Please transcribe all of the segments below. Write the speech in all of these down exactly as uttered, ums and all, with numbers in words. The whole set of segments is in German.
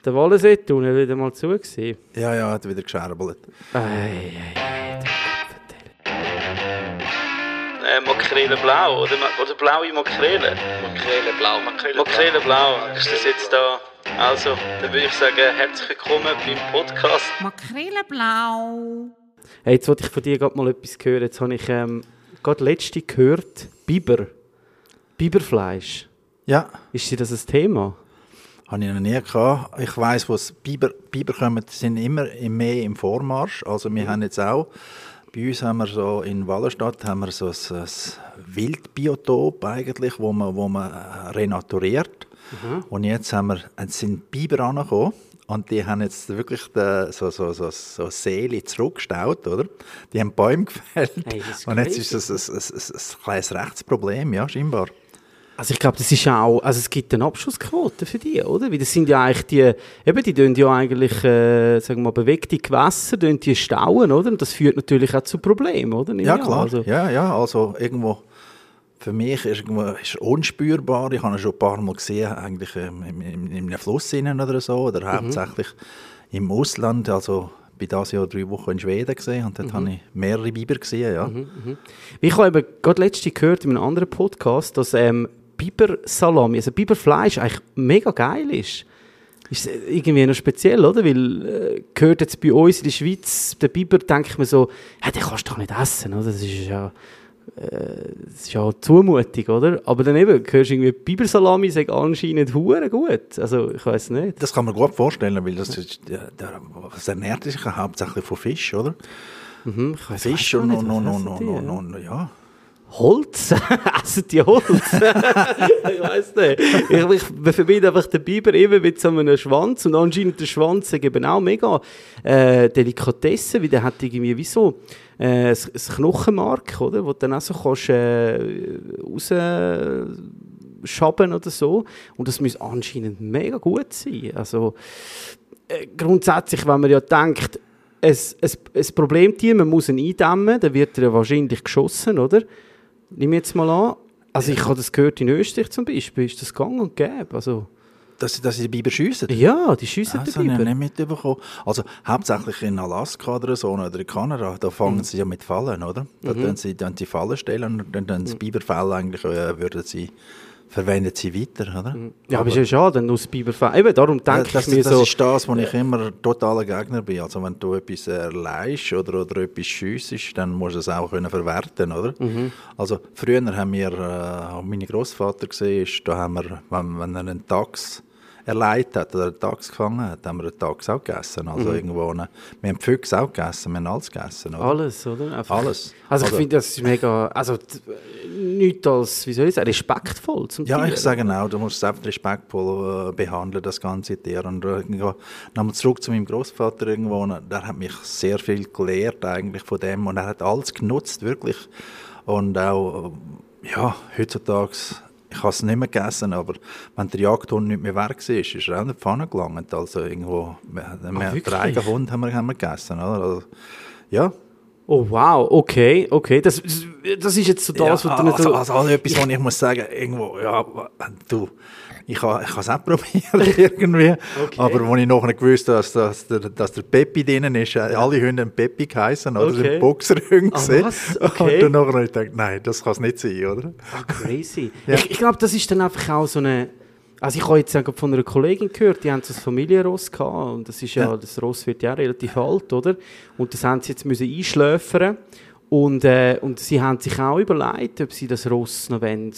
Der Wallenseetunnel war wieder mal zu gewesen. Ja, ja, hat wieder gescherbelt. Ei, ei, ei, Äh, Makrele blau oder, oder blaue Makrele? Makrele blau, Makrele Makrele blau, ist das jetzt da? Also, dann würde ich sagen, herzlich willkommen beim Podcast. Makrele blau. Hey, jetzt wollte ich von dir gerade mal etwas hören. Jetzt habe ich ähm, gerade letzte gehört, Biber. Biberfleisch. Ja. Ist dir das ein Thema? Habe ich noch nie gehabt. Ich weiss, wo Biber, Biber kommen, sind immer mehr im Vormarsch. Also wir mhm. haben jetzt auch, bei uns haben wir so in Wallenstadt haben wir so ein, ein Wildbiotop eigentlich, wo man, wo man renaturiert. Mhm. Und jetzt haben wir, jetzt sind Biber angekommen und die haben jetzt wirklich den, so, so, so, so Seele zurückgestaut, oder? Die haben Bäume gefällt. Hey, und jetzt ist das ein, ein, ein, ein kleines Rechtsproblem, ja, scheinbar. Also ich glaube, das ist auch, also es gibt eine Abschussquote für die, oder? Weil das sind ja eigentlich die, eben die tun ja eigentlich, äh, sagen wir mal, bewegte Gewässer, tun die stauen, oder? Und das führt natürlich auch zu Problemen, oder? Nicht ja, mehr? klar. Also. Ja, ja, also irgendwo, für mich ist es unspürbar. Ich habe ihn schon ein paar Mal gesehen, eigentlich in, in, in einem Fluss oder so, oder mhm. hauptsächlich im Ausland, also ich war dieses Jahr drei Wochen in Schweden gesehen und dort mhm. habe ich mehrere Biber gesehen, ja. Mhm, mhm. Ich habe eben gerade letztens gehört in einem anderen Podcast, dass ähm, Bibersalami, also Biberfleisch eigentlich mega geil ist. Ist irgendwie noch speziell, oder? Weil äh, gehört jetzt bei uns in der Schweiz, der Biber, denke ich mir so, hey, den kannst du doch nicht essen, oder? Das ist ja, äh, das ist ja Zumutung, oder? Aber dann eben, hörst du irgendwie Bibersalami, sagt anscheinend hure gut. Also, ich weiss nicht. Das kann man gut vorstellen, weil das, ist, der, der, das ernährt sich ja hauptsächlich von Fisch, oder? Mhm, ich weiss, Fisch weiss und, nicht, und, und, und, und, und, und, ja. Holz? Essen die Holz? Ich weiss nicht. Ich, ich verbinde einfach den Biber immer mit so einem Schwanz und anscheinend der Schwanz ist eben auch mega äh, Delikatesse, weil der hat irgendwie wie so äh, ein Knochenmark, oder? Wo du dann auch so kannst äh, rausschaben oder so. Und das muss anscheinend mega gut sein. Also äh, grundsätzlich, wenn man ja denkt, ein, ein, ein Problemtier, man muss ihn eindämmen, dann wird er ja wahrscheinlich geschossen, oder? Nimm jetzt mal an. Also ich habe das gehört in Österreich zum Beispiel, ist das gang und gäbe. Also, dass, dass sie die Biber schiessen? Ja, die schiessen also, die Biber. Ich habe nicht mitbekommen. Also hauptsächlich in Alaska oder so oder in Kanada, da fangen mhm. sie ja mit Fallen, oder? Da mhm. tun sie dann die Fallen stellen und dann, dann das mhm. Biberfell eigentlich äh, würden sie verwenden sie weiter, oder? Ja, aber es ist ja schade, wenn du das Biberfell... Eben, darum denke das, ich mir das so... Das ist das, wo ich immer totaler Gegner bin. Also wenn du etwas erleihst oder, oder etwas schiessest, dann musst du es auch können verwerten, oder? Mhm. Also früher haben wir, äh, meine Grossvater gesehen, ist, da haben wir, wenn, wenn er einen Dachs erleiht hat oder einen Dachs gefangen hat, haben wir einen Dachs auch gegessen. Also mhm. irgendwo eine, wir haben Füchse auch gegessen, wir haben alles gegessen, oder? Alles, oder? Einfach. Alles. Also ich also, finde, das ist mega... Also nichts als, wie soll ich sagen, respektvoll zum Ja, Tier. Ich sage auch, du musst es einfach respektvoll äh, behandeln, das ganze Tier. Und äh, nochmal zurück zu meinem Großvater irgendwo, der hat mich sehr viel gelehrt eigentlich von dem und er hat alles genutzt, wirklich. Und auch, äh, ja, heutzutage... Ich habe es nicht mehr gegessen, aber wenn der Jagdhund nicht mehr weg war, ist er auch in die Pfanne gelangt. Also irgendwo, Ach, den eigenen Hund haben wir, haben wir gegessen, oder? Also, ja. Oh wow, okay, okay. Das, das ist jetzt so das, ja, was du nicht... Also, also, also etwas, was ich muss sagen, irgendwo, ja, du... Ich habe ich es auch probiert irgendwie, okay. Aber als ich nachher gewusst habe, dass, dass, der, dass der Peppi drin ist, alle Hunde haben Peppi geheißen, oder? Okay. Das sind Boxerhunde ah, okay. Und dann nachher habe ich gedacht, nein, das kann es nicht sein, oder? Ah, crazy. Ja. Ich, ich glaube, das ist dann einfach auch so eine... Also ich habe jetzt von einer Kollegin gehört, die haben so ein Familienross gehabt und das ist ja, ja. das Ross wird ja relativ alt, oder? Und das haben sie jetzt müssen einschläfern und, äh, und sie haben sich auch überlegt, ob sie das Ross noch wollen,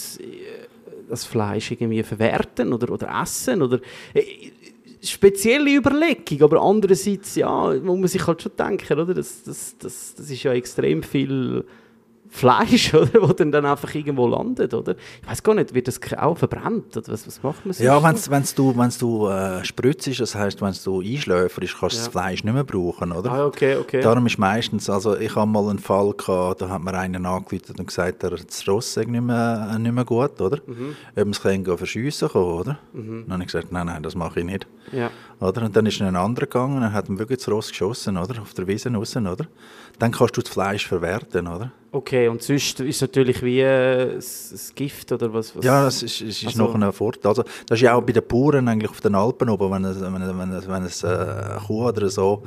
das Fleisch irgendwie verwerten oder, oder essen oder äh, spezielle Überlegung, aber andererseits ja, muss man sich halt schon denken, oder? Das, das, das, das ist ja extrem viel Fleisch, oder, wo dann, dann einfach irgendwo landet, oder? Ich weiß gar nicht, wird das auch verbrannt oder was, was macht man sonst? Ja, wenn's, wenn's du, wenn's du äh, spritzt, das heisst, wenn du einschläferst, kannst du ja. das Fleisch nicht mehr brauchen, oder? Ah, okay, okay. Darum ist meistens, also ich habe mal einen Fall gehabt, da hat mir einer angerufen und gesagt, das Ross sei nicht mehr, äh, nicht mehr gut, oder? Mhm. Ob man es kann verschiessen kann, oder? Mhm. Dann habe ich gesagt, nein, nein, das mache ich nicht. Ja. Oder? Und dann ist ein anderer gegangen und hat ihm wirklich das Ross geschossen, oder? Auf der Wiese raus, oder? Dann kannst du das Fleisch verwerten, oder? Okay, und sonst ist es natürlich wie äh, das Gift oder was? was ja, das ist, ist also, noch ein Vorteil. Also, das ist ja auch bei den Bauern eigentlich auf den Alpen oben, wenn es, wenn es, wenn es, wenn es äh, Kuh oder so,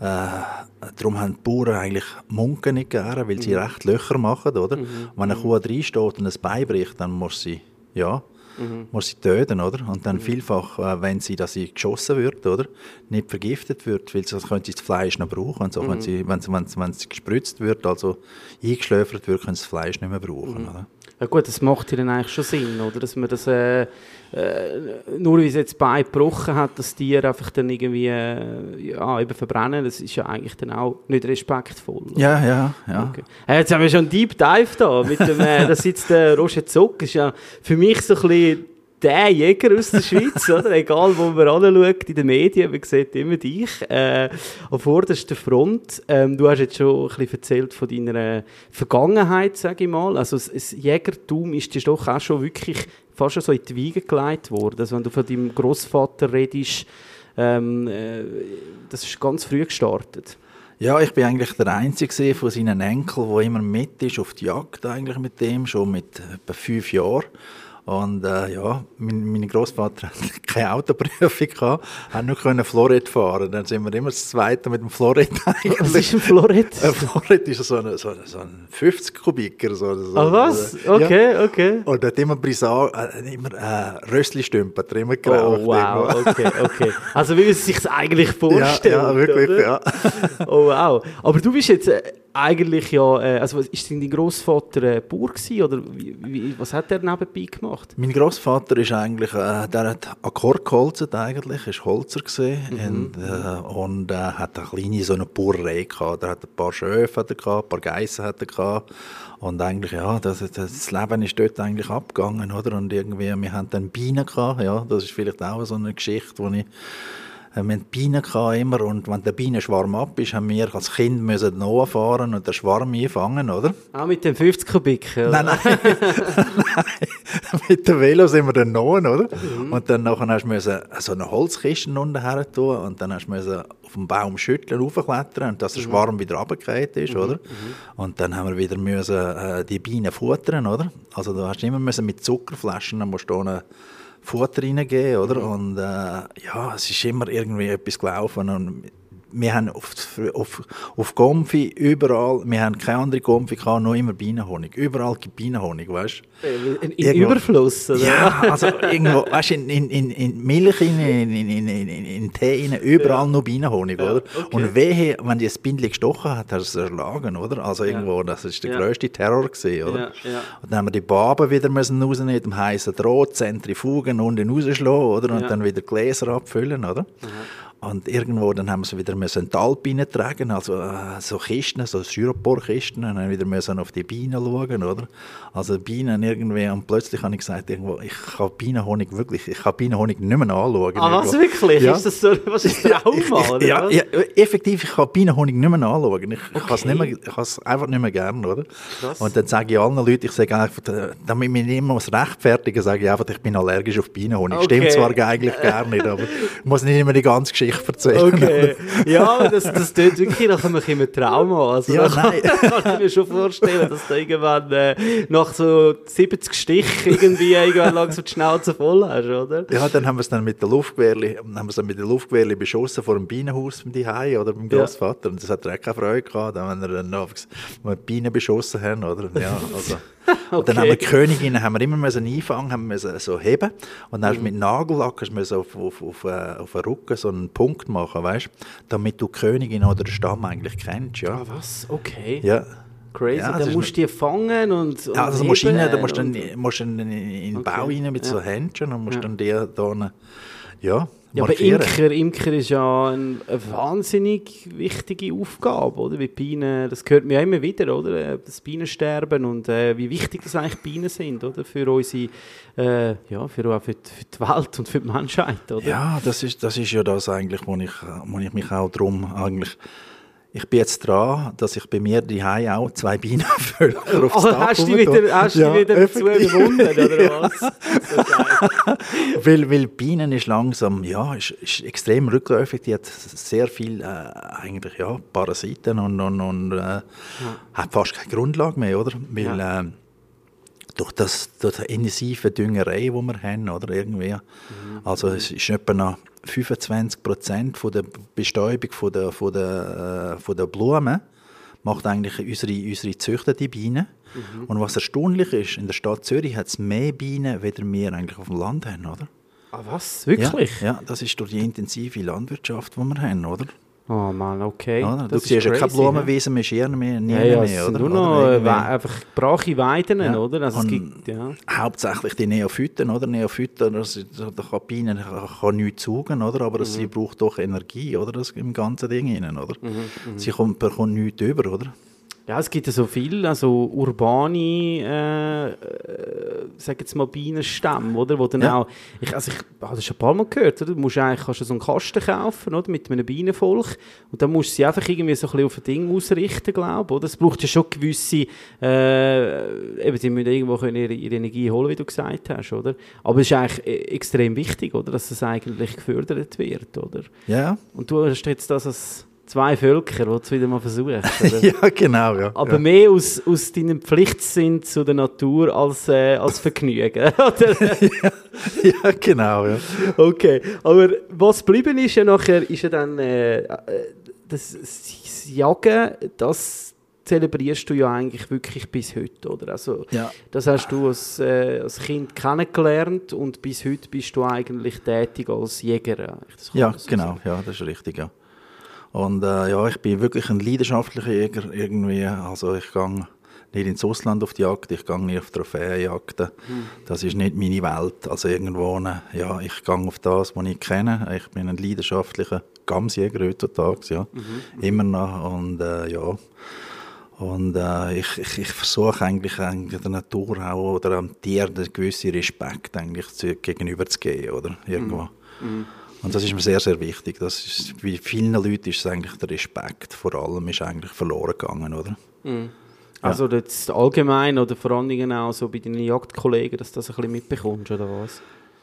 äh, darum haben die Bauern eigentlich Munken nicht gerne, weil sie mhm. recht Löcher machen, oder? Mhm. Wenn eine Kuh reinsteht und ein Bein bricht, dann muss sie, ja, Mhm. muss sie töten, oder? Und dann mhm. vielfach, äh, wenn sie, dass sie geschossen wird, oder? Nicht vergiftet wird, weil sonst können sie das Fleisch noch brauchen. Und so, mhm. wenn, sie, wenn, sie, wenn, sie, wenn sie gespritzt wird, also eingeschläfert wird, können sie das Fleisch nicht mehr brauchen, mhm. oder? Ja gut, das macht ja dann eigentlich schon Sinn, oder? Dass man das, äh, äh, nur weil es jetzt Bein gebrochen hat, das Tier einfach dann irgendwie äh, ja, eben verbrennen, das ist ja eigentlich dann auch nicht respektvoll. Oder? Ja, ja, ja. Okay. Äh, jetzt haben wir schon einen Deep Dive da, mit dem, äh, da sitzt der Roger Zock, ist ja für mich so ein bisschen der Jäger aus der Schweiz, oder? Egal, wo man anschaut in den Medien, man sieht immer dich äh, auf vorderster Front. Ähm, du hast jetzt schon ein bisschen erzählt von deiner Vergangenheit, sage ich mal. Also das, das Jägertum ist dir doch auch schon wirklich fast schon so in die Wiege gelegt worden. Also wenn du von deinem Grossvater redest, ähm, äh, das ist ganz früh gestartet. Ja, ich bin eigentlich der Einzige von seinen Enkeln, der immer mit ist auf die Jagd eigentlich mit dem, schon mit etwa fünf Jahren. Und äh, ja, mein, mein Grossvater hatte keine Autoprüfung gehabt, hat nur können Floret fahren. Dann sind wir immer das Zweite mit dem Floret eigentlich. Was ist ein Floret? Ein Floret ist so ein, so ein, so ein fünfzig Kubiker. So, so, ah, was? Okay, ja. okay. Und er hat immer Brisant, äh, immer äh, Rössli-Stümper drin geraucht. Oh, wow, okay, okay. Also wie man sich das eigentlich vorstellt. Ja, ja wirklich, oder? Ja. Oh, wow. Aber du bist jetzt... Äh, eigentlich ja, äh, also ist dein Grossvater äh, Bauer gewesen, oder wie, wie, was hat er nebenbei gemacht? Mein Grossvater ist eigentlich, äh, der hat Akkord geholzt eigentlich, ist Holzer gewesen, mhm. und, äh, und äh, hat eine kleine so eine Bauerei gehabt. Er hat ein paar Schöfe hat er gehabt, ein paar Geissen hat er gehabt. Und eigentlich, ja, das, das Leben ist dort eigentlich abgegangen, oder? Und irgendwie, wir hatten dann Bienen gehabt, ja, das ist vielleicht auch so eine Geschichte, wo ich Wir hatten Bienen immer, und wenn der Bienenschwarm ab ist, haben wir als Kind müssen fahren und den Schwarm einfangen, oder? Auch mit dem fünfzig Kubik? Nein, nein. nein. Mit dem Velo sind wir dann noch, oder? Mhm. Und dann nachher hast du müssen so eine Holzkiste unten her tun und dann hast du müssen auf dem Baum schütteln, raufklettern, und dass der mhm. Schwarm wieder runtergefallen ist, mhm. oder? Mhm. Und dann haben wir wieder müssen, äh, die Bienen futtern, oder? Also du hast immer müssen mit Zuckerflaschen, dann musst du da Futter reingeben, oder? Mhm. Und äh, ja, es ist immer irgendwie etwas gelaufen. Und wir haben auf, auf, auf Gomfi überall, wir haben keine andere Gomfi gehabt, nur immer Bienenhonig. Überall gibt Bienenhonig, weißt du? In, in Überfluss, oder? Ja, also irgendwo, weißt du, in, in, in Milch, in, in, in, in, in Tee, überall ja. nur Bienenhonig, ja, oder? Okay. Und wehe, wenn die ein Bindchen gestochen hat, hat es erschlagen, oder? Also irgendwo, ja. das war der ja. grösste Terror gewesen, oder? Ja, ja. Und dann haben wir die Barben wieder müssen rausnehmen, mit dem heißen Draht, Zentrifugen unten rausschlagen, oder? Und ja. dann wieder Gläser abfüllen, oder? Mhm. Und irgendwo dann haben wir sie wieder in die Alpine tragen, also äh, so Kisten, so Styroporkisten, und dann wieder müssen auf die Bienen schauen, oder? Also Bienen irgendwie, und plötzlich habe ich gesagt, irgendwo, ich kann Bienenhonig wirklich, ich kann Bienenhonig nicht mehr anschauen. Ah, was, wirklich? Ja. Ist das so, was ist das Trauma, oder? Ja, ja, effektiv, ich kann Bienenhonig nicht mehr anschauen. Ich, okay. ich kann es einfach nicht mehr gerne, oder? Krass. Und dann sage ich allen Leuten, ich sage einfach, damit ich nicht immer rechtfertigen, sage ich einfach, ich bin allergisch auf Bienenhonig. Okay. Stimmt zwar eigentlich gar nicht, aber ich muss nicht immer die ganze Geschichte erzählen. Okay. Ja, das, das klingt wirklich nach einem Trauma. Also, ja, da nein. kann ich mir schon vorstellen, dass du irgendwann äh, nach so siebzig Stichen irgendwie irgendwann langsam die Schnauze voll hast, oder? Ja, dann haben wir es dann mit der Luftgewehrli, haben wir es dann mit der Luftgewehrli beschossen vor dem Bienenhaus beim Zuhause oder beim Grossvater. Ja. Und das hat er auch keine Freude gehabt, wenn wir dann noch die Bienen beschossen haben, oder? Ja, also. Okay. Und dann haben wir die Königinnen haben wir immer müssen einfangen, haben müssen so heben, und dann hast du mit Nagellack hast du auf, auf, auf, auf den Rücken so einen Punkt machen, weißt, damit du die Königin oder den Stamm eigentlich kennst. Ja. Ah, was? Okay. Ja. Crazy, ja, dann musst du die fangen und, und ja, also musst rein, dann musst du dann, musst dann in den okay. Bau rein mit ja. so Händchen und musst ja. dann die da, ja, ja, aber Imker, Imker ist ja eine, eine wahnsinnig wichtige Aufgabe, oder? Wie Bienen, das hört man ja immer wieder, oder? Das Bienensterben und äh, wie wichtig das eigentlich Bienen sind, oder? Für unsere, äh, ja, für, auch für, die, für die Welt und für die Menschheit, oder? Ja, das ist, das ist ja das eigentlich, wo ich, wo ich mich auch drum eigentlich... Ich bin jetzt dran, dass ich bei mir daheim auch zwei Bienenvölker aufs oh, Dach hast du wieder, hast ja, du wieder dazu überwunden, oder was? So geil. weil, weil Bienen ist langsam, ja, ist, ist extrem rückläufig. Die hat sehr viel, äh, eigentlich, ja, Parasiten und, und, und äh, ja. hat fast keine Grundlage mehr, oder? Weil, ja. äh, durch, das, durch die intensive Düngerei, die wir haben, oder? Irgendwie. Mhm. Also es ist etwa noch fünfundzwanzig Prozent von der Bestäubung von der, von der, äh, von der Blumen macht eigentlich unsere, unsere gezüchtete Bienen. Mhm. Und was erstaunlich ist, in der Stadt Zürich hat es mehr Bienen, als wir eigentlich auf dem Land haben, oder? Ah, was? Wirklich? Ja, ja, das ist durch die intensive Landwirtschaft, die wir haben, oder? Oh Mann, okay. Oder? Du siehst ja keine Blumenwiesen mehr, Schirne mehr, nie ja, ja, mehr, es oder? Nur noch oder we- einfach brache Weiden, ja. Oder? Also es gibt, ja. Hauptsächlich die Neophyten, oder? Neophyten, das, da kann die Biene kann nichts saugen, oder? Aber mhm. sie braucht doch Energie, oder? Das im ganzen Ding rein, oder? Mhm, mhm. Sie kommt, bekommt nichts über, oder? Ja, es gibt ja so viele, also urbane, äh, äh, sag jetzt mal Bienenstämme, oder? Wo dann ja. auch, ich, also ich habe das schon ein paar Mal gehört, oder? Du musst eigentlich, kannst du so einen Kasten kaufen, oder? Mit einem Bienenvolk und dann musst du sie einfach irgendwie so ein bisschen auf ein Ding ausrichten, glaube ich, oder? Es braucht ja schon gewisse, äh, eben, sie müssen irgendwo können ihre, ihre Energie holen, wie du gesagt hast, oder? Aber es ist eigentlich extrem wichtig, oder? Dass das eigentlich gefördert wird, oder? Ja. Und du hast jetzt das als zwei Völker, die du es wieder mal versuchst. Oder? Ja, genau. Ja. Aber ja. mehr aus, aus deinem Pflichtsinn zu der Natur als, äh, als Vergnügen, oder? ja, ja, genau. Ja. Okay, aber was geblieben ist ja nachher, ist ja dann äh, das, das Jagen, das zelebrierst du ja eigentlich wirklich bis heute, oder? Also, ja. Das hast du als, äh, als Kind kennengelernt und bis heute bist du eigentlich tätig als Jäger. Ja, genau, sagen. Ja, das ist richtig, ja. Und äh, ja, ich bin wirklich ein leidenschaftlicher Jäger irgendwie. Also ich gehe nicht ins Ausland auf die Jagd, ich gehe nicht auf Trophäenjagden. Hm. Das ist nicht meine Welt. Also irgendwo, ja, ich gehe auf das, was ich kenne. Ich bin ein leidenschaftlicher Gamsjäger heutzutage, ja. Mhm. Immer noch. Und äh, ja. Und äh, ich, ich, ich versuche eigentlich, eigentlich der Natur auch oder am Tier einen gewissen Respekt eigentlich zu, gegenüber zu geben, oder? Irgendwo. Mhm. Und das ist mir sehr, sehr wichtig. Das ist, wie vielen Leuten ist es eigentlich der Respekt vor allem ist eigentlich verloren gegangen, oder? Mhm. Also ja. Jetzt allgemein oder vor allen Dingen auch so bei deinen Jagdkollegen, dass du das ein bisschen mitbekommst, oder was?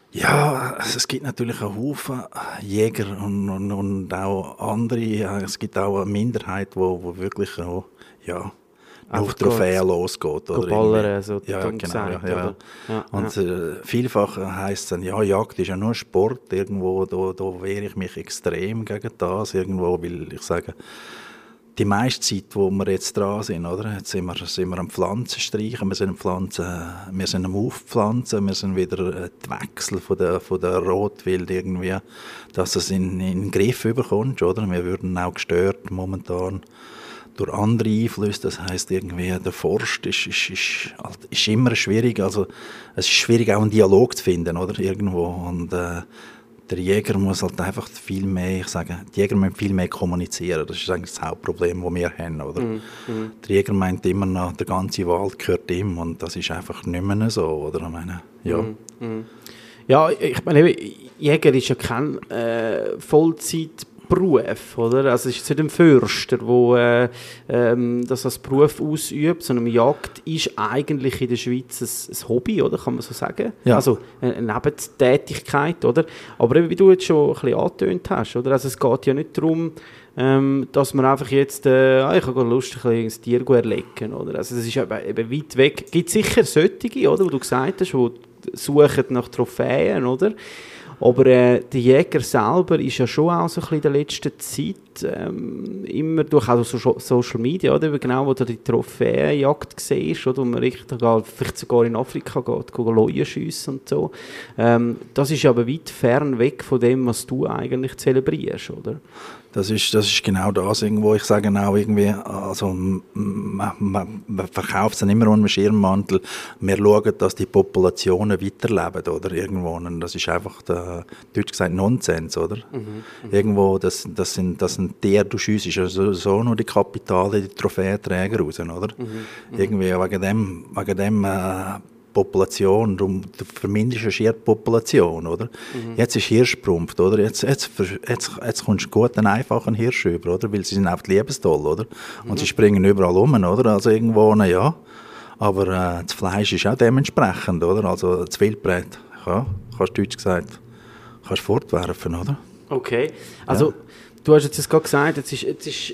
Ja, es gibt natürlich einen Haufen Jäger und, und, und auch andere. Es gibt auch eine Minderheit, die wo, wo wirklich auch, ja, auf Trophäen losgeht. Oder ballern, so ja, genau, gesagt, ja, ja. Ja, und ja. Äh, vielfach heisst es dann, ja, Jagd ist ja nur Sport. Irgendwo, da, da wehre ich mich extrem gegen das. Irgendwo, weil ich sage, die meiste Zeit, wo wir jetzt dran sind, oder? Jetzt sind wir, sind wir am Pflanzen streichen, wir sind am Pflanzen, wir sind am Aufpflanzen, wir sind wieder die Wechsel von der, von der Rotwild irgendwie, dass es in, in den Griff überkommt, oder? Wir würden auch gestört momentan durch andere Einflüsse, das heisst irgendwie, der Forst ist, ist, ist, ist immer schwierig, also es ist schwierig auch einen Dialog zu finden, oder? Irgendwo, und äh, der Jäger muss halt einfach viel mehr, ich sage, die Jäger müssen viel mehr kommunizieren. Das ist eigentlich das Hauptproblem, das wir haben, oder? Mm, mm. Der Jäger meint immer noch, der ganze Wald gehört ihm und das ist einfach nicht mehr so, oder? Ich meine, ja. Mm, mm. Ja, ich meine, Jäger ist ja kein äh, Vollzeit Beruf, oder? Also es ist nicht ein Förster, der äh, ähm, das als Beruf ausübt, sondern Jagd ist eigentlich in der Schweiz ein, ein Hobby, oder? Kann man so sagen? Ja. Also eine Nebentätigkeit, oder? Aber eben, wie du jetzt schon ein bisschen angetönt hast, oder? Also es geht ja nicht darum, ähm, dass man einfach jetzt, äh, ah, ich habe Lust, ein, ein Tier zu erlegen, oder? Also das ist eben, eben weit weg. Es gibt sicher solche, oder? Wo du gesagt hast, die suchen nach Trophäen, oder? Aber äh, der Jäger selber ist ja schon auch so ein bisschen in der letzten Zeit ähm, immer durch auch so Social Media, oder? Genau, wo du die Trophäenjagd siehst, oder? Wo man richtig vielleicht sogar in Afrika geht, Leuen schiessen und so. Ähm, das ist aber weit fern weg von dem, was du eigentlich zelebrierst, oder? Das ist, das ist genau das, irgendwo. Ich sage auch irgendwie, also, man, man, man verkauft es dann immer unter dem Schirmmantel. Wir schauen, dass die Populationen weiterleben, oder? Irgendwo. Und das ist einfach, der, deutsch gesagt, Nonsens, oder? Mhm, irgendwo, das, das sind, das sind der, du schiessest also so nur die Kapitale, die Trophäenträger raus, oder? Mhm, irgendwie, wegen dem, wegen dem, äh, Population, du verminderst schier die Population, oder? Mhm. Jetzt ist Hirsch prumpft, oder? Jetzt, jetzt, jetzt, jetzt kommst du gut einen einfachen Hirsch über, oder? Weil sie sind einfach liebestoll, oder? Und mhm. sie springen überall um, oder? Also irgendwo, na ja. Aber äh, das Fleisch ist auch dementsprechend, oder? Also das Wildbret, ja, kannst du deutsch gesagt, kannst fortwerfen, oder? Okay, also ja. Du hast jetzt gerade gesagt, jetzt ist, jetzt ist,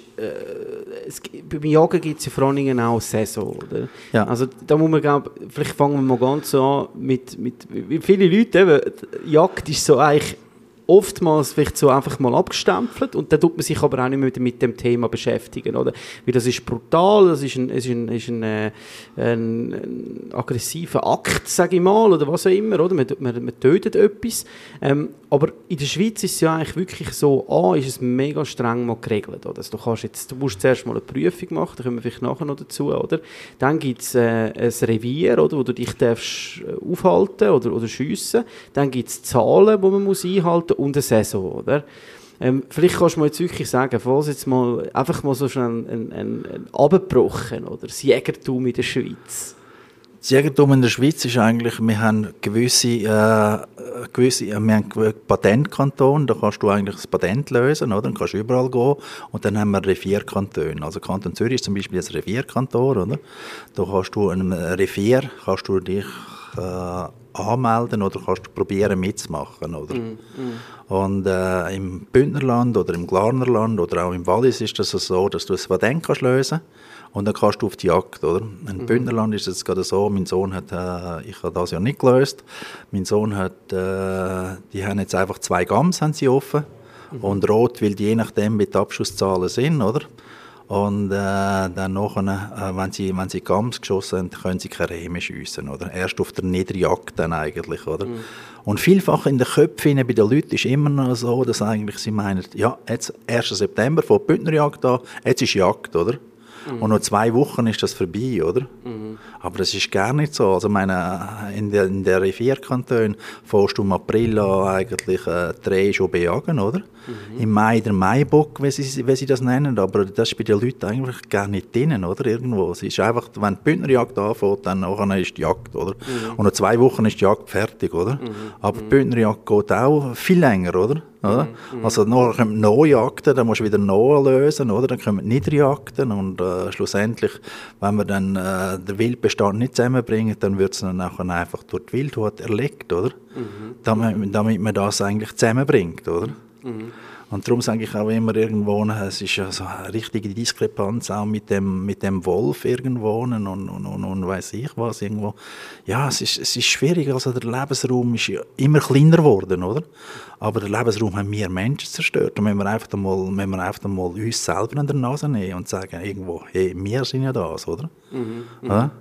äh, es, beim Jagen gibt es ja vor allen Dingen auch Saison, oder? Ja. Also da muss man, glaub, vielleicht fangen wir mal ganz so an mit, mit wie viele Leute, eben, Jagd ist so eigentlich oftmals vielleicht so einfach mal abgestempelt und dann tut man sich aber auch nicht mehr mit dem Thema beschäftigen, oder? Weil das ist brutal, das ist ein, ist ein, ist ein, äh, ein, ein aggressiver Akt, sage ich mal, oder was auch immer, oder? Man, man, man tötet etwas. Ähm, aber in der Schweiz ist es ja eigentlich wirklich so, A, ist es mega streng mal geregelt, oder? Also du, kannst jetzt, du musst zuerst mal eine Prüfung machen, da kommen wir vielleicht nachher noch dazu, oder? Dann gibt es äh, ein Revier, oder, wo du dich darfst aufhalten oder, oder schiessen. Dann gibt es Zahlen, die man muss einhalten muss, und eine Saison, oder? Ähm, vielleicht kannst du mir jetzt wirklich sagen, falls jetzt mal einfach mal so schnell ein, ein, ein, ein abgebrochen, oder? Das Jägertum in der Schweiz. Das Jägertum in der Schweiz ist eigentlich, wir haben gewisse, äh, gewisse wir haben einen Patentkanton, da kannst du eigentlich das Patent lösen, oder? Dann kannst du überall gehen. Und dann haben wir Revierkantone. Also Kanton Zürich ist zum Beispiel ein Revierkanton, oder? Da kannst du in einem Revier, kannst du dich äh, anmelden oder kannst du probieren mitzumachen, oder? Mm, mm. Und äh, im Bündnerland oder im Glarnerland oder auch im Wallis ist das so, dass du ein Patent kannst lösen und dann kannst du auf die Jagd, oder? Im mm. Bündnerland ist es gerade so, mein Sohn hat, äh, ich habe das ja nicht gelöst, mein Sohn hat, äh, die haben jetzt einfach zwei Gams haben sie offen mm. und rot, weil die je nachdem wie die Abschusszahlen sind, oder? Und äh, dann nachher, äh, wenn sie, wenn sie Gams geschossen haben, können sie keine Rehe mehr schiessen, oder? Erst auf der Niederjagd dann eigentlich, oder? Mhm. Und vielfach in den Köpfen bei den Leuten ist immer noch so, dass eigentlich sie meinen, ja, jetzt ersten September fängt die Bündnerjagd an, jetzt ist Jagd, oder? Mhm. Und noch zwei Wochen ist das vorbei, oder? Mhm. Aber das ist gar nicht so. Also meine, in der, in der Revierkanton fährst du im April an eigentlich äh, drei schon bejagen, oder? Mhm. Im Mai der Maibock, wie sie, wie sie das nennen. Aber das ist bei den Leuten eigentlich gar nicht drin, oder? Irgendwo. Es ist einfach, wenn die Bündnerjagd anfängt, dann nachher ist die Jagd, oder? Mhm. Und nach zwei Wochen ist die Jagd fertig, oder? Mhm. Aber die Bündnerjagd geht auch viel länger, oder? Oder? Mhm. Also nachher kommen Neujagden, dann musst du wieder Neulösen, oder? Dann kommen Niederjagden und äh, schlussendlich, wenn wir dann äh, den Wildbestand nicht zusammenbringen, dann wird es dann nachher einfach durch die Wildhut erlegt, oder? Mhm. Damit, damit man das eigentlich zusammenbringt, oder? Mhm. Und darum sage ich auch immer irgendwo, es ist ja so eine richtige Diskrepanz auch mit dem, mit dem Wolf irgendwo und, und, und, und weiss ich was irgendwo. Ja, es ist, es ist schwierig, also der Lebensraum ist ja immer kleiner geworden, oder? Aber den Lebensraum haben wir Menschen zerstört. Und wenn wir einfach einmal, wenn wir einfach einmal uns selber an der Nase nehmen und sagen irgendwo, hey, wir sind ja das, oder? Mhm, ja?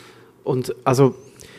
Und also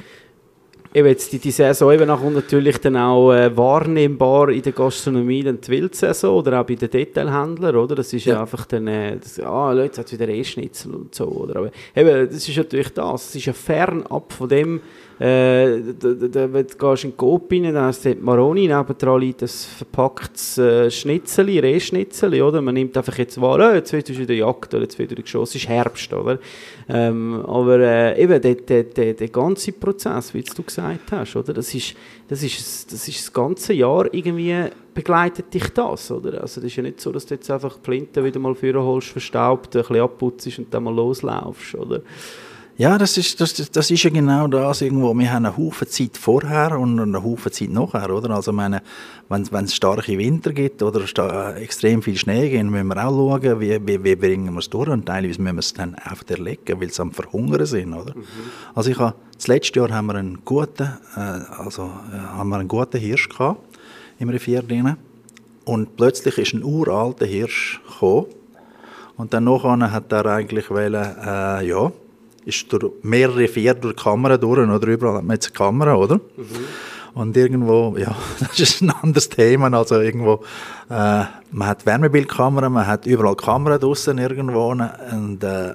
eben jetzt die, die Saison eben nachher natürlich dann auch äh, wahrnehmbar in der Gastronomie, dann die Wildsaison oder auch bei den Detailhändlern, oder? Das ist ja, ja einfach dann, äh, das, ah, Leute, jetzt hat wieder E-Schnitzel und so, oder? Aber eben, das ist natürlich das, es ist ja fernab von dem, äh, da, da, da, wenn du gehst in den Coop rein, dann hast du Maroni, nebendran liegt ein verpacktes äh, Schnitzeli, Rehschnitzeli, oder? Man nimmt einfach jetzt wahr, oh, jetzt wird wieder Jagd oder jetzt wird wieder geschossen, es ist Herbst, oder? Ähm, aber äh, eben, der, der, der, der ganze Prozess, wie du gesagt hast, oder? Das ist, das ist, das ist das ganze Jahr irgendwie begleitet dich das, oder? Also das ist ja nicht so, dass du jetzt einfach die Flinte wieder mal vorholst, verstaubt, ein bisschen abputzt und dann mal loslaufst, oder? Ja, das ist, das, das ist ja genau das irgendwo. Wir haben einen Haufen Zeit vorher und einen Haufen Zeit nachher, oder? Also meine, wenn, wenn es starke Winter gibt oder sta- extrem viel Schnee gibt, müssen wir auch schauen, wie, wie, wie bringen wir es durch. Und teilweise müssen wir es dann einfach erlegen, weil sie am Verhungern sind, oder? Mhm. Also ich habe, das letzte Jahr haben wir einen guten, äh, also äh, haben wir einen guten Hirsch gehabt im Revier drinnen. Und plötzlich ist ein uralter Hirsch gekommen. Und dann nachher hat er eigentlich wollen, äh, ja, ist durch mehrere Reviere durch die Kamera durch, oder überall hat man jetzt eine Kamera, oder? Mhm. Und irgendwo, ja, das ist ein anderes Thema, also irgendwo, äh, man hat Wärmebildkamera, man hat überall Kameras draussen irgendwo und äh,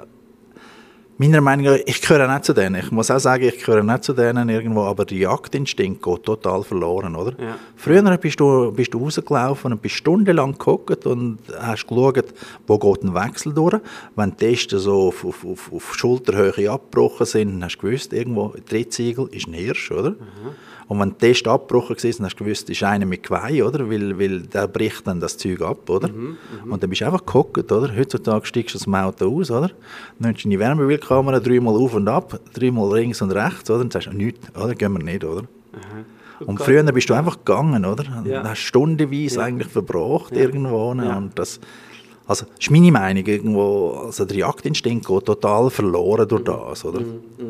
meiner Meinung nach, ich gehöre nicht zu denen, ich muss auch sagen, ich gehöre nicht zu denen irgendwo, aber der Jagdinstinkt geht total verloren, oder? Ja. Früher bist du, bist du rausgelaufen und bist stundenlang gehockt und hast geschaut, wo geht ein Wechsel durch. Wenn die Testen so auf, auf, auf, auf Schulterhöhe abgebrochen sind, hast du gewusst, irgendwo Drittsiegel ist ein Hirsch, oder? Mhm. Und wenn die Tests abgebrochen waren, hast du gewusst, das ist einer mit Geweih, oder? Weil, weil der bricht dann das Zeug ab, oder? Mhm, mh. Und dann bist du einfach gehockt, oder? Heutzutage steigst du aus dem Auto aus, oder? Dann nimmst du deine Wärmebildkamera dreimal auf und ab, dreimal links und rechts, oder? Und dann sagst du, nichts, oder? Gehen wir nicht, oder? Mhm. Und früher bist du einfach gegangen, oder? Ja. Du hast stundenweise Ja. eigentlich verbracht Ja. irgendwo. Ja. Und das, also, das ist meine Meinung irgendwo. Also der Jagdinstinkt geht total verloren durch das, oder?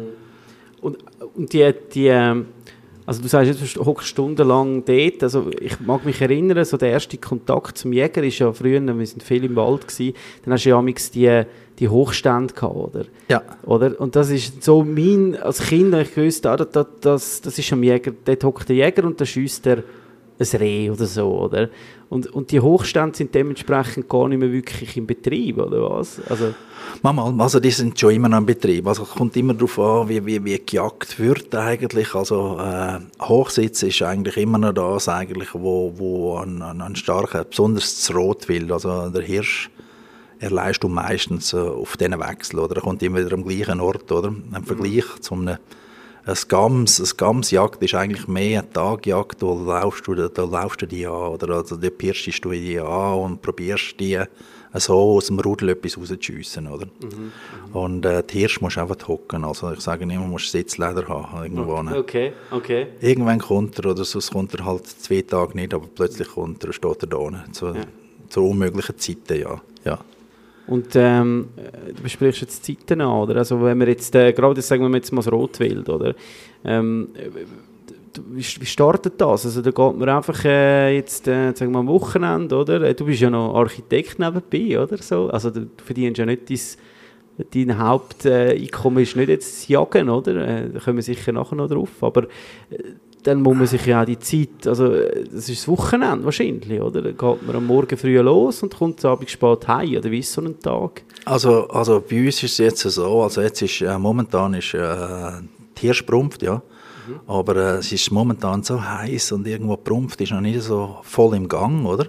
Und, und die, die, ähm, also du sagst jetzt, du hockst stundenlang dort, also ich mag mich erinnern, so der erste Kontakt zum Jäger ist ja früher, wir sind viel im Wald gewesen, dann hast du ja amigs die, die Hochstände gehabt, oder? Ja. Oder? Und das ist so mein, als Kind habe ich gewusst, ah, das, das, das, das ist am Jäger, dort hockt der Jäger und da schiesst er ein Reh oder so, oder? Und, und die Hochstände sind dementsprechend gar nicht mehr wirklich im Betrieb, oder was? Also, Manchmal, also die sind schon immer noch im Betrieb. Also es kommt immer darauf an, wie, wie, wie gejagt wird eigentlich. Also äh, Hochsitz ist eigentlich immer noch das, eigentlich, wo, wo an, an, an starken, besonders das Rotwild, also der Hirsch, erleist du meistens äh, auf diesen Wechsel, oder? Er kommt immer wieder am gleichen Ort, oder? Im Vergleich zu einem ein Gams, ein Gamsjagd ist eigentlich mehr eine Tagjagd, da laufst du, da laufst du die an, oder also da pirschst du die an und probierst die so aus dem Rudel etwas rauszuschiessen, oder? Mhm, und äh, die Hirsch musst du einfach hocken, also ich sage immer, du musst Sitzleder haben, irgendwo. okay, okay. Irgendwann kommt er, oder sonst kommt er halt zwei Tage nicht, aber plötzlich kommt er, steht er da unten, zu, Ja. zu unmöglichen Zeiten, ja. ja. Und ähm, du besprichst jetzt Zeiten an, oder? Also wenn wir jetzt, äh, gerade sagen wir jetzt mal das Rotwild, oder? Ähm, wie, wie startet das? Also da geht man einfach äh, jetzt, äh, sagen wir am Wochenende, oder? Du bist ja noch Architekt nebenbei, oder so? Also du verdienst ja nicht dein, dein Haupteinkommen äh, ist nicht jetzt das Jagen, oder? Äh, da kommen wir sicher nachher noch drauf, aber äh, dann muss man sich ja auch die Zeit, also das ist das Wochenende wahrscheinlich, oder? Dann geht man am Morgen früh los und kommt am Abend spät heim, oder wie ist so ein Tag? Also, also bei uns ist es jetzt so, also jetzt ist, äh, momentan ist äh, die Hirsch prumpft, ja, mhm. aber äh, es ist momentan so heiß und irgendwo prumpft, ist noch nicht so voll im Gang, oder?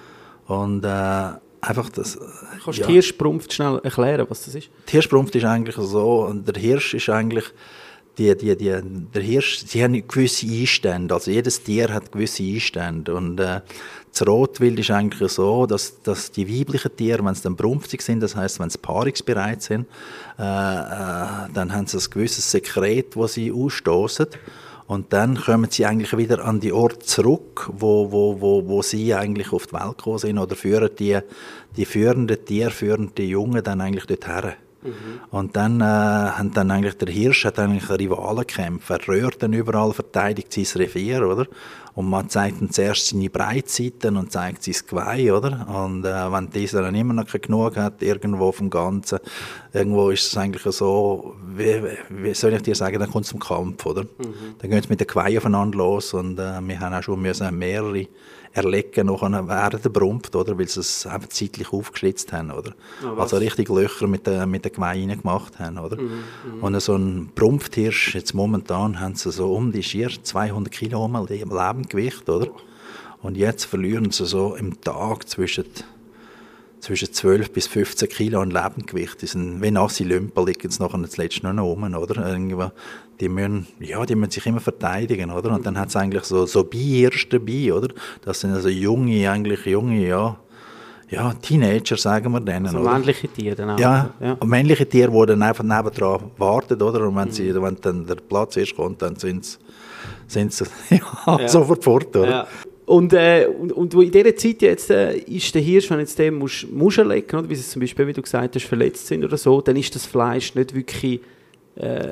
Und äh, einfach das... Kannst du ja. die Hirschprumpft schnell erklären, was das ist? Die Hirschprumpft ist eigentlich so, und der Hirsch ist eigentlich... Die, die, die, der Hirsch, sie haben gewisse Einstände, also jedes Tier hat gewisse Einstände und äh, das Rotwild ist eigentlich so, dass, dass die weiblichen Tiere, wenn sie dann brumpfig sind, das heisst, wenn sie paarungsbereit sind, äh, äh, dann haben sie ein gewisses Sekret, das sie ausstoßen und dann kommen sie eigentlich wieder an die Ort zurück, wo, wo, wo, wo sie eigentlich auf die Welt gekommen sind oder führen die, die führenden Tiere, führen die Jungen dann eigentlich dorthin. Mhm. Und dann äh, hat dann eigentlich der Hirsch hat eigentlich Rivalenkämpfe. Er rührt dann überall, verteidigt sein Revier, oder? Und man zeigt dann zuerst seine Breitseiten und zeigt sein Geweih, oder? Und äh, wenn dieser dann immer noch genug hat, irgendwo vom Ganzen, irgendwo ist es eigentlich so, wie, wie soll ich dir sagen, dann kommt es zum Kampf, oder? Mhm. Dann gehen sie mit den Geweihen aufeinander los und äh, wir haben auch schon müssen mehrere erlegen nachher während der Brumpft, oder? Weil sie es einfach zeitlich aufgeschlitzt haben, oder? Oh, also richtig Löcher mit den mit den Geweihen gemacht haben, oder? Mhm, und so ein Brumpfthirsch, jetzt momentan haben sie so um die schier zweihundert Kilo Lebendgewicht, oder? Und jetzt verlieren sie so im Tag zwischen zwischen zwölf bis fünfzehn Kilo an Lebendgewicht. Die sind wie nasse Lümper, liegen jetzt nachher zuletzt noch rum, oder? Irgendwie, die müssen, ja, die müssen sich immer verteidigen, oder? Und dann hat es eigentlich so, so Bihirsche dabei, oder? Das sind also junge, eigentlich junge, ja, ja, Teenager, sagen wir denen, also oder? männliche Tiere dann auch. Ja, ja. männliche Tiere, die dann einfach nebendran warten, oder? Und wenn, sie, wenn dann der Platz ist, kommt, dann sind sie, sind sie ja, Ja. sofort fort, oder? Ja. Und, äh, und, und in dieser Zeit jetzt äh, ist der Hirsch, wenn jetzt den musst, musst erlegen, oder, wie sie zum Beispiel, wie du gesagt hast, verletzt sind oder so, dann ist das Fleisch nicht wirklich äh,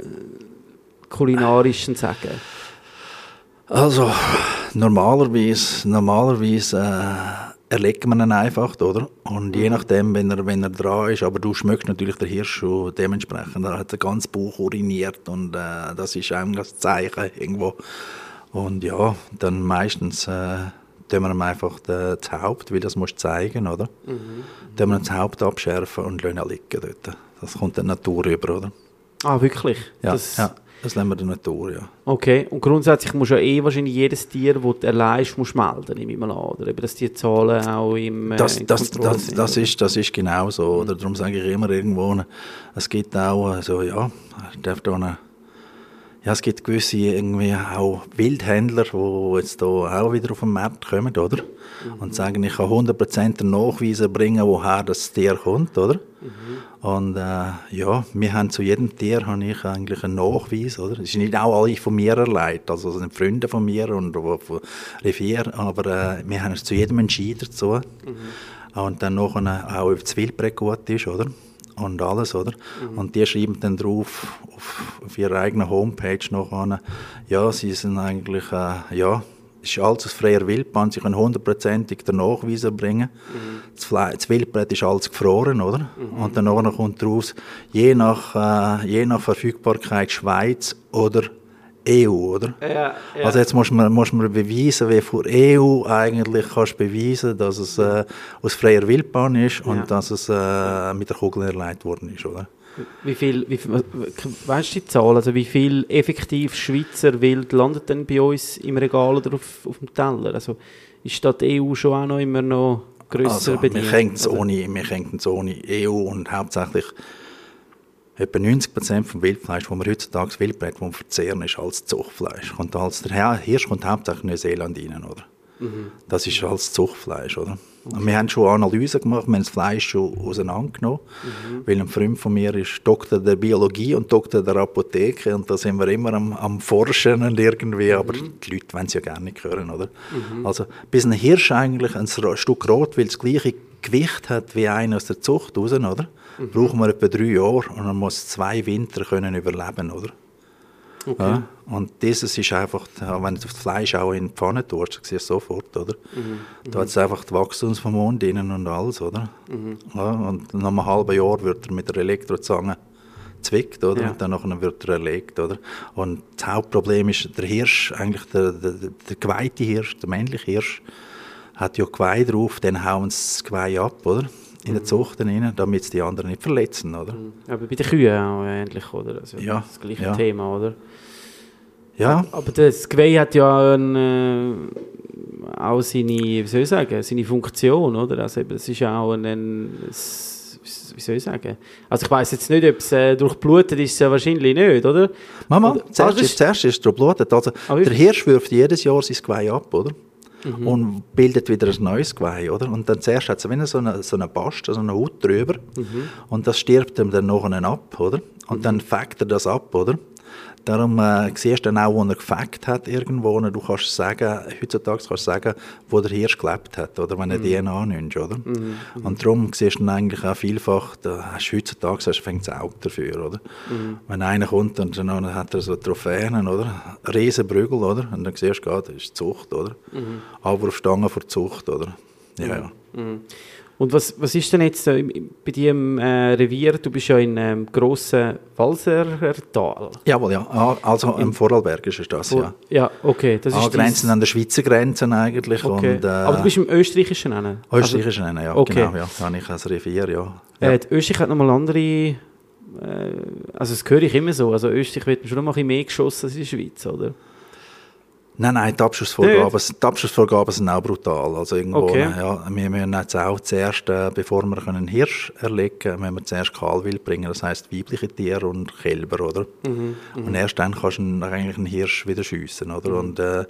kulinarisch zu sagen. Also normalerweise, normalerweise äh, erlegt man ihn einfach, oder? Und je nachdem, wenn er, wenn er dran ist, aber du schmeckst natürlich den Hirsch schon dementsprechend, er hat den ganzen Bauch uriniert und äh, das ist eigentlich das Zeichen irgendwo. Und ja, dann meistens äh, tun wir ihm einfach de, das Haupt, weil das musst du zeigen, oder? Mhm. Tun wir das Haupt abschärfen und lassen ihn liegen dort. Das kommt der Natur über, oder? Ah, wirklich? Ja, das, ja, das lassen wir der Natur, ja. Okay, und grundsätzlich musst du ja eh wahrscheinlich jedes Tier, das du erleihst, musst melden, nehme ich mal an, oder? Eben, dass die Zahlen auch im äh, Das, das, Kontrolle das, sind, das, oder? ist, das ist genau so, oder? Darum sage ich immer irgendwo, es gibt auch, also, ja, darf da eine Ja, es gibt gewisse irgendwie auch Wildhändler, die jetzt da auch wieder auf den Markt kommen, oder? Mhm. Und sagen, ich kann hundert Prozent Nachweise bringen, woher das Tier kommt, oder? Mhm. Und äh, ja, wir haben zu jedem Tier habe ich eigentlich einen Nachweis, oder? Es sind nicht auch alle von mir erleidet, also es sind Freunde von mir und von Revier, aber äh, wir haben zu jedem entschieden dazu. Mhm. Und dann nachher auch, ob das Wildbret gut ist, oder? Und alles, oder? Mhm. Und die schreiben dann drauf, auf, auf ihrer eigenen Homepage nachher, ja, sie sind eigentlich, äh, ja, es ist alles aus freier Wildbahn, sie können hundertprozentig den Nachweis erbringen. Mhm. Das, das Wildbret ist alles gefroren, oder? Mhm. Und dann nachher kommt raus, je nach, äh, je nach Verfügbarkeit Schweiz oder E U, oder? Ja, ja. Also jetzt muss man, muss man beweisen, wie vor E U eigentlich kannst du beweisen, dass es äh, aus freier Wildbahn ist und ja. dass es äh, mit der Kugel erleidet worden ist, oder? Wie viel, wie viel, weißt du die Zahl, also wie viel effektiv Schweizer Wild landet denn bei uns im Regal oder auf, auf dem Teller? Also ist da die E U schon auch noch immer noch grösser also, bedient? Wir können es ohne, ohne E U und hauptsächlich etwa neunzig Prozent vom Wildfleisch, das wir heutzutage das Wildbret, das wir verzehren, ist als Zuchtfleisch. Und als der Hirsch kommt hauptsächlich Neuseeland rein, oder? Mhm. Das ist als Zuchtfleisch, oder? Okay. Und wir haben schon Analysen gemacht, wir haben das Fleisch schon auseinandergenommen, mhm. weil ein Freund von mir ist Doktor der Biologie und Doktor der Apotheke und da sind wir immer am, am Forschen und irgendwie, mhm. aber die Leute wollen es ja gerne nicht hören, oder? Mhm. Also bis ein Hirsch eigentlich ein Stück Rotwild das gleiche Gewicht hat wie einer aus der Zucht raus, oder? Mhm. Brauchen wir etwa drei Jahre und man muss zwei Winter können überleben, oder? Okay. Ja, und dieses ist einfach, wenn du das Fleisch auch in die Pfanne tust, siehst du es sofort, oder? Mhm. Da hat es einfach die Wachstumshormone drinnen und alles, oder? Mhm. Ja, und nach einem halben Jahr wird er mit der Elektrozange zwickt, oder? Ja. Und dann nachher wird er erlegt, oder? Und das Hauptproblem ist, der Hirsch, eigentlich der, der, der geweihte Hirsch, der männliche Hirsch, hat ja Geweih drauf, dann hauen sie das Geweih ab, oder? In mhm. der Zucht rein, damit sie die anderen nicht verletzen, oder? Aber bei den Kühen auch ähnlich, oder? Also ja. Das gleiche ja. Thema, oder? Ja. Aber das Geweih hat ja ein, äh, auch seine, wie soll ich sagen, seine Funktion, oder? Also es ist ja auch ein, ein, wie soll ich sagen? Also ich weiss jetzt nicht, ob es äh, durchblutet ist, ja wahrscheinlich nicht, oder? Mama, oder, zuerst, ist, zuerst ist es durchblutet. Also ah, der Hirsch wirft jedes Jahr sein Geweih ab, oder? Mhm. Und bildet wieder ein neues Geweih, oder? Und dann zuerst hat es wie so eine, so eine Bast, so eine Haut drüber. Mhm. Und das stirbt ihm dann nachher ab, oder? Und mhm. dann fängt er das ab, oder? Darum äh, siehst du dann auch, wo er gefackt hat irgendwo. Du kannst sagen, heutzutage kannst du sagen, wo der Hirsch gelebt hat, oder wenn er mhm. D N A nimmst, oder? Mhm. Und darum siehst du dann eigentlich auch vielfach, da hast du heutzutage hast, fängt das Auge dafür, oder? Mhm. Wenn einer kommt und dann hat er so Trophäen, oder? Riesenbrügel, oder? Und dann siehst du, das ist Zucht, oder? Mhm. Aber auf Stangen vor Zucht, oder? Ja, ja. Mhm. Und was, was ist denn jetzt äh, bei dir im äh, Revier? Du bist ja in einem ähm, grossen Walserer Tal. Jawohl, ja. Also im Vorarlberg ist das, Vor- ja. Ja, okay. Das ist Grenzen an der Schweizer Grenzen eigentlich. Okay. Und, äh, aber du bist im österreichischen Nennen? Österreichischen also, Nennen, ja. Okay. Genau, ja. Da habe ich als Revier, ja. ja. Äh, Österreich hat nochmal andere... Äh, also das höre ich immer so. Also Österreich wird schon noch mal ein bisschen mehr geschossen als in der Schweiz, oder? Nein, nein, die Abschussvorgaben, die Abschussvorgaben sind auch brutal. Also irgendwo, okay. ja, wir müssen jetzt auch zuerst, äh, bevor wir einen Hirsch erlegen können, müssen wir zuerst Kahlwild bringen, das heisst weibliche Tiere und Kälber, oder? Mhm, und erst dann kannst du eigentlich einen Hirsch wieder schiessen, oder? Mhm. Und äh,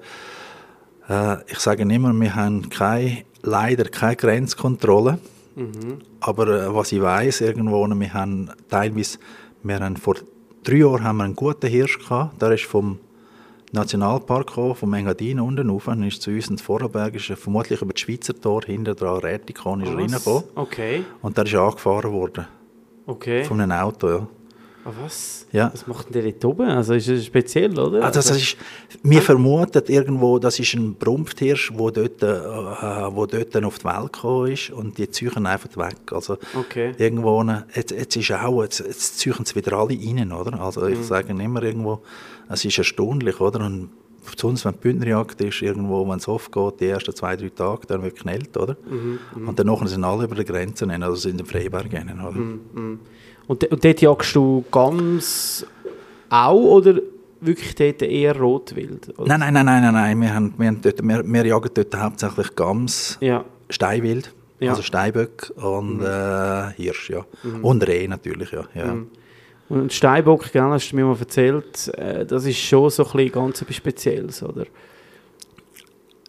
äh, ich sage immer, wir haben keine, leider keine Grenzkontrolle, mhm. aber äh, was ich weiss, irgendwo, wir haben teilweise, wir haben vor drei Jahren haben wir einen guten Hirsch gehabt, der ist vom Nationalpark gekommen, vom Engadin unten rauf, und ist zu uns ins Vorarlberg, ist vermutlich über das Schweizer Tor hinten dran Rätikon ist reingekommen. Okay. Und der ist angefahren worden. Okay. Von einem Auto, ja. Ah, was? Ja. Was macht denn der dort oben? Also ist das speziell, oder? Also das ist, wir vermuten irgendwo, das ist ein Brumpfhirsch, der dort, äh, wo dort auf die Welt gekommen ist, und die ziehen einfach weg. Also okay. irgendwo, jetzt, jetzt ist auch, jetzt, jetzt ziehen sie wieder alle rein, oder? Also ich mhm. sage immer irgendwo, es ist erstaunlich, oder? Und sonst, wenn die Bündnerjagd ist, irgendwo, wenn es aufgeht, die ersten zwei, drei Tage, dann wird geknallt, oder? Mhm, und dann sind alle über die Grenzen, also sind in den Freibergen, oder? Mhm. Und, und dort jagst du Gams auch, oder wirklich dort eher Rotwild? Oder? Nein, nein, nein, nein, nein, wir, haben, wir, haben dort, wir, wir jagen dort hauptsächlich Gams, ja. Steinwild, ja. Also Steinböck und mhm. äh, Hirsch, ja. Mhm. Und Reh natürlich, ja. ja. Mhm. Und Steinbock, genau, hast du mir mal erzählt, äh, das ist schon so ein bisschen ganz etwas Spezielles, oder?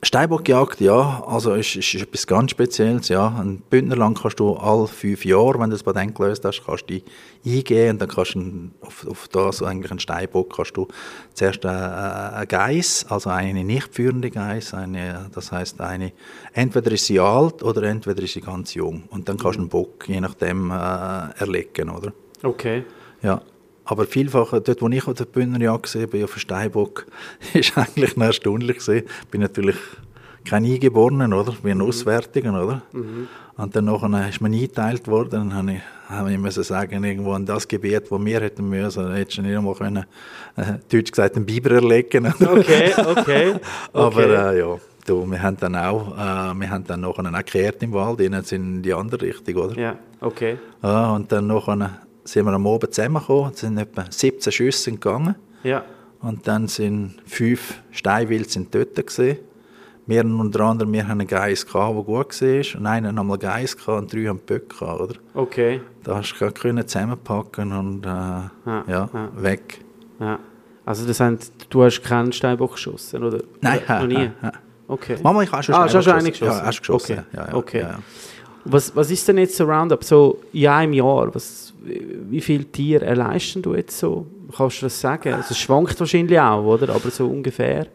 Steinbockjagd, ja, also ist, ist, ist etwas ganz Spezielles, ja. Ein Bündnerlang kannst du alle fünf Jahre, wenn du das Patent gelöst hast, kannst du die eingeben und dann kannst du auf, auf das eigentlich einen Steinbock kannst du zuerst eine, eine Geiss, also eine nicht führende Geiss, eine, das heisst eine, entweder ist sie alt oder entweder ist sie ganz jung und dann kannst du einen Bock je nachdem äh, erlegen, oder? Okay. Ja. Aber vielfach, dort wo ich auf der Bündnerjagd gesehen bin, auf dem Steinbock, ist eigentlich noch erstaunlich gewesen. Ich bin natürlich kein Eingeborenen, oder? Ich bin ein Auswärtiger, oder? Mhm. Und dann nachher ist man eingeteilt worden, dann habe ich, habe ich müssen sagen, irgendwo an das Gebiet, wo wir hätten müssen, dann hättest du nicht einmal können, äh, deutsch gesagt, einen Biber erlegen. Okay, okay. Aber okay. Äh, ja, du, wir haben dann auch, äh, wir haben dann nachher auch gekehrt im Wald, innen sind in die andere Richtung, oder? Ja, okay. Ja, und dann nachher sind wir am Abend zusammengekommen, es sind etwa siebzehn Schüsse gegangen. Ja. Und dann sind fünf Steinwild sind dort gewesen. Wir unter anderem, wir haben einen Geiss gehabt, der gut war, und einen haben wir Geiss gehabt und drei haben Böcke gehabt, oder? Okay. Da hast du können zusammenpacken und äh, ja, ja, ja, weg. Ja. Also das heißt, du hast keinen Steinbock geschossen, oder? Nein, oder noch nie? Ha, ha. Okay. Mama, ich habe schon ah, Steinbock schon geschossen. Ja, hast geschossen. Okay. Ja, ja, okay. Ja, ja. Was, was ist denn jetzt so Roundup, so in einem Jahr? Was, wie viele Tiere erleisten du jetzt so? Kannst du das sagen? Also es schwankt wahrscheinlich auch, oder? Aber so ungefähr?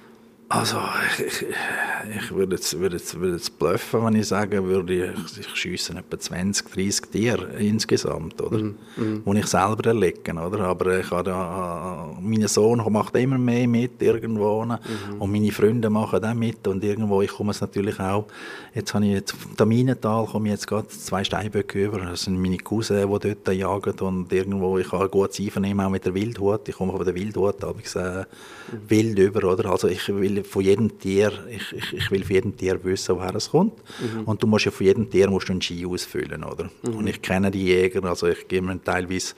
Also, ich, ich, ich würde jetzt, würde, jetzt, würde jetzt bluffen, wenn ich sagen würde, ich, ich schiesse etwa zwanzig, dreissig Tiere insgesamt, oder? Mm, mm. Die ich selber erlege, oder? Aber ich habe da, mein Sohn macht immer mehr mit irgendwo, mm. und meine Freunde machen auch mit und irgendwo, ich komme es natürlich auch, jetzt habe ich jetzt vom Taminental komme ich jetzt gerade zwei Steinböcke über, das sind meine Cousins, die dort jagen und irgendwo, ich habe ein gutes Einvernehmen auch mit der Wildhut, ich komme von der Wildhut, habe ich gesagt, mm. wild über, oder? Also ich will von jedem Tier, ich, ich, ich will von jedem Tier wissen, woher es kommt. Mhm. Und du musst ja von jedem Tier musst du einen Ski ausfüllen, oder? Mhm. Und ich kenne die Jäger, also ich gebe mir teilweise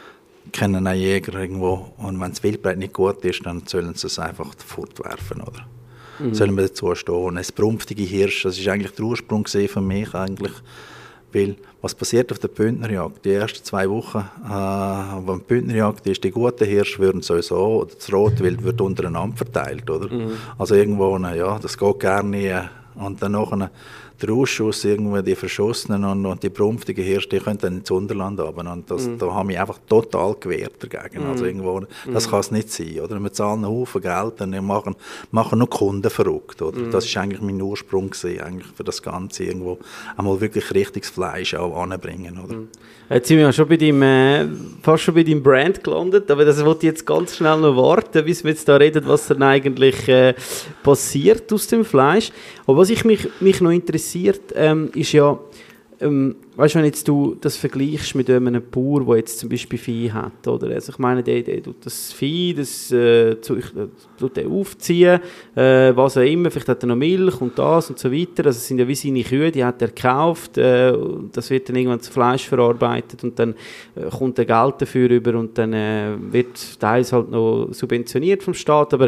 kenne einen Jäger irgendwo und wenn das Wildbret nicht gut ist, dann sollen sie es einfach fortwerfen, oder? Mhm. Sollen wir dazu stehen. Ein brunftige Hirsch, das ist eigentlich der Ursprung für mich eigentlich, weil was passiert auf der Bündnerjagd? Die ersten zwei Wochen, äh, wenn die Bündnerjagd ist, die guten Hirsche würden sowieso, oder das Rotwild wird untereinander verteilt, oder? Mhm. Also irgendwo, ja, das geht gerne. Und dann nachher der Ausschuss, irgendwie die Verschossenen und, und die prumpftigen Hirsche, die können dann ins Unterland runter. Und das, mhm. da habe ich einfach total gewehrt dagegen. Mhm. Also irgendwo, das mhm. kann es nicht sein, oder? Wir zahlen einen Haufen Geld und machen, machen nur Kunden verrückt, oder? Mhm. Das ist eigentlich mein Ursprung gewesen, eigentlich für das Ganze irgendwo einmal wirklich richtiges Fleisch auch anbringen, oder? Mhm. Jetzt sind wir ja schon bei deinem, äh, fast schon bei deinem Brand gelandet, aber das wollte ich jetzt ganz schnell noch warten, bis wir jetzt da reden, was dann eigentlich äh, passiert aus dem Fleisch. Aber was ich mich, mich noch interessiert, ähm, ist ja, ähm, weißt du, wenn jetzt du das vergleichst mit einem Bauer, der jetzt zum Beispiel Vieh hat, oder? Also ich meine, der, der tut das Vieh, das äh, tut der aufziehen, äh, was auch immer, vielleicht hat er noch Milch und das und so weiter. Also es sind ja wie seine Kühe, die hat er gekauft, äh, das wird dann irgendwann zu Fleisch verarbeitet und dann äh, kommt er Geld dafür über und dann äh, wird teils halt noch subventioniert vom Staat, aber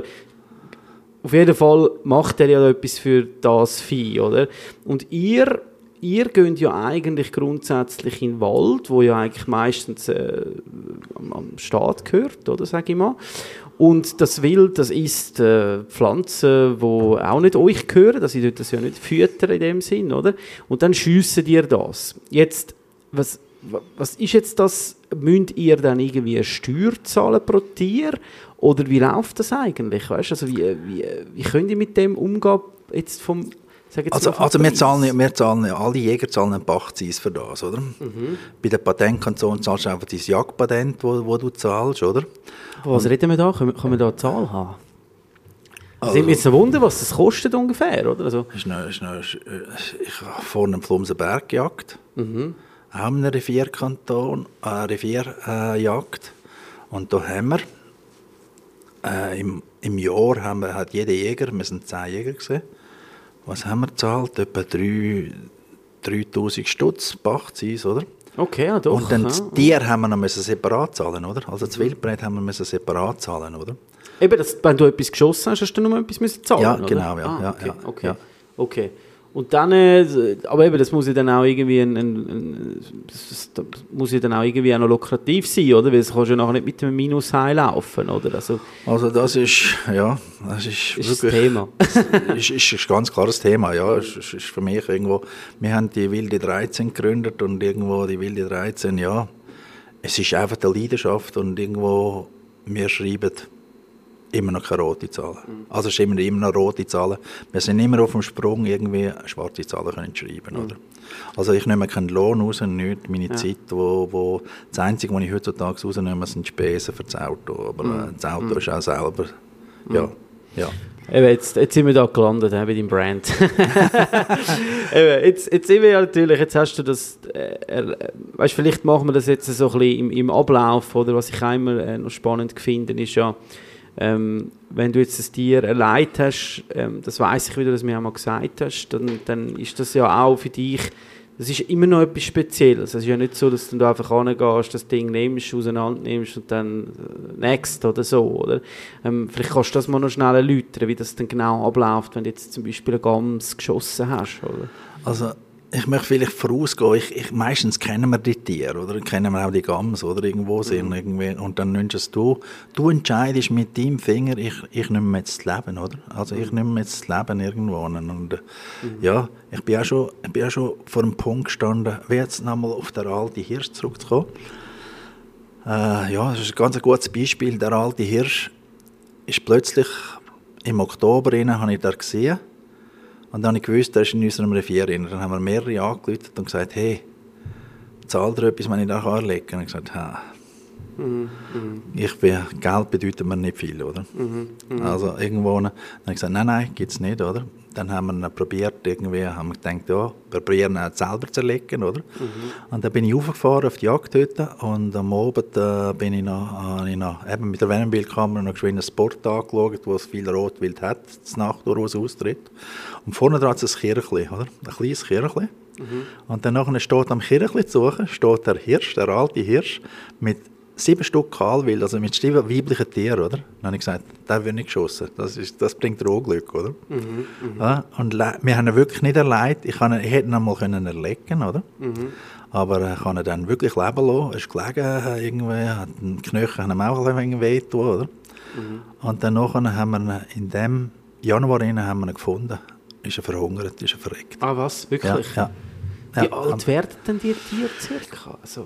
auf jeden Fall macht er ja etwas für das Vieh, oder? Und ihr Ihr geht ja eigentlich grundsätzlich in den Wald, wo ja eigentlich meistens äh, am, am Staat gehört, oder, sage ich mal. Und das Wild, das isst äh, Pflanzen, die auch nicht euch gehören, also ihr dürft das ja nicht füttern in dem Sinn, oder? Und dann schiessen ihr das. Jetzt, was, was ist jetzt das? Müsst ihr dann irgendwie eine Steuer zahlen pro Tier? Oder wie läuft das eigentlich? Weißt? Also wie, wie, wie könnt ihr mit dem umgehen, jetzt vom Also, also wir, zahlen, wir zahlen, alle Jäger zahlen einen Pachtzins für das, oder? Mhm. Bei der Patentkanton zahlst du einfach dein Jagdpatent, wo, wo du zahlst, oder? Was Und, reden wir da? Können, können wir da eine Zahl haben? Also, sind wir jetzt ein Wunder, was das kostet ungefähr, oder? Also, ist noch, ist noch, ich habe vorne im Flumsenberg gejagt, mhm. auch in einem Revierkanton, äh, Revierjagd. Äh, Und da haben wir, äh, im, im Jahr haben wir, hat jeder Jäger, wir sind zehn Jäger gewesen, was haben wir gezahlt? Etwa dreitausend Stutz Pachtzins, oder? Okay, ja doch. Und dann ja. das Tier haben wir noch separat zahlen, oder? Also das Wildbret haben wir separat zahlen, oder? Eben, das, wenn du etwas geschossen hast, hast du noch mal etwas müssen zahlen, ja, oder? Genau, ja. Ah, ja, okay, ja, okay, ja. okay. Und dann, äh, aber eben, das muss ja dann auch irgendwie ein, ein, ein das, das muss ja dann auch irgendwie auch noch lukrativ sein, oder? Weil es kannst du ja nachher nicht mit einem Minus heimlaufen, oder? Also, also das ist, ja, das ist, ist wirklich, das Thema. ist, ist, ist ganz klares Thema, ja. Es ist, ist für mich irgendwo, wir haben die Wilde dreizehn gegründet und irgendwo die Wilde dreizehn, ja, es ist einfach eine Leidenschaft und irgendwo, wir schreiben immer noch keine rote Zahlen. Also es ist immer, immer noch rote Zahlen. Wir sind immer auf dem Sprung, irgendwie schwarze Zahlen können schreiben, mhm. oder? Also ich nehme keinen Lohn raus, nicht meine ja. Zeit, wo, wo das Einzige, was ich heutzutage rausnehme, sind Spesen für das Auto. Aber mhm. das Auto mhm. ist auch selber, ja, mhm. ja. Eben, jetzt, jetzt sind wir da gelandet, he, bei deinem Brand. Eben, jetzt, jetzt sind wir ja natürlich, jetzt hast du das, äh, weißt, vielleicht machen wir das jetzt so ein bisschen im, im Ablauf, oder was ich auch immer äh, noch spannend finde, ist ja, Ähm, wenn du jetzt das Tier erleidet hast, ähm, das weiss ich wieder, dass du mir auch mal gesagt hast, dann, dann ist das ja auch für dich, das ist immer noch etwas Spezielles. Es ist ja nicht so, dass du einfach hingehst, das Ding nimmst, auseinander nimmst und dann äh, next oder so, oder? Ähm, vielleicht kannst du das mal noch schnell erläutern, wie das dann genau abläuft, wenn du jetzt zum Beispiel eine Gams geschossen hast, oder? Also ich möchte vielleicht vorausgehen, ich, ich, meistens kennen wir die Tiere, oder? Kennen wir auch die Gams, oder? Irgendwo sind, mhm. irgendwie. Und dann nimmst du, du entscheidest mit deinem Finger, ich, ich nehme jetzt das Leben, oder? Also ich nehme jetzt das Leben irgendwo. Und, mhm. ja, ich bin auch schon, ich bin auch schon vor einem Punkt gestanden, wie jetzt nochmal auf den alten Hirsch zurückzukommen. Äh, ja, das ist ein ganz gutes Beispiel. Der alte Hirsch ist plötzlich im Oktober rein, habe ich da gesehen. Und dann habe ich gewusst, er ist in unserem Revier drin. Dann haben wir mehrere angerufen und gesagt, hey, zahl dir etwas, wenn ich da erlegen kann. Und ich gesagt, ha, mhm. ich bin, Geld bedeutet mir nicht viel, oder? Mhm. Mhm. Also irgendwo, dann habe ich gesagt, nein, nein, gibt es nicht, oder? Dann haben wir ihn probiert, irgendwie, haben wir gedacht, ja, wir probieren ihn selber zu erlegen, oder? Mhm. Und dann bin ich hochgefahren auf die Jagdhütte und am Abend äh, bin ich noch, äh, ich noch eben mit der Wärmebildkamera noch geschwind einen Spot angeschaut, wo es viel Rotwild hat, das Nacht durch austritt. Und vorne dran ist ein Kirchli, oder? Ein kleines Kirchli. Mhm. Und dann nachher steht am Kirchli zu suchen, steht der Hirsch, der alte Hirsch, mit sieben Stück Kahlwild, also mit sieben weiblichen Tieren, oder? Dann habe ich gesagt, der wird nicht geschossen. Das, ist, das bringt dir auch Glück, oder? Mhm, ja, und wir haben ihn wirklich nicht erleidet. Ich, ich hätte ihn einmal erlegen, oder? Mhm. Aber ich kann ihn dann wirklich leben lassen. Er ist gelegen, irgendwie, hat den Knöchel haben ihm auch ein wenig wehgetan, oder? Mhm. Und dann nachher haben wir ihn in dem Januar haben wir ihn gefunden. Ist er verhungert, ist er verreckt. Ah was, wirklich? Ja, ja. Wie ja, alt werden denn die Tiere circa? Also,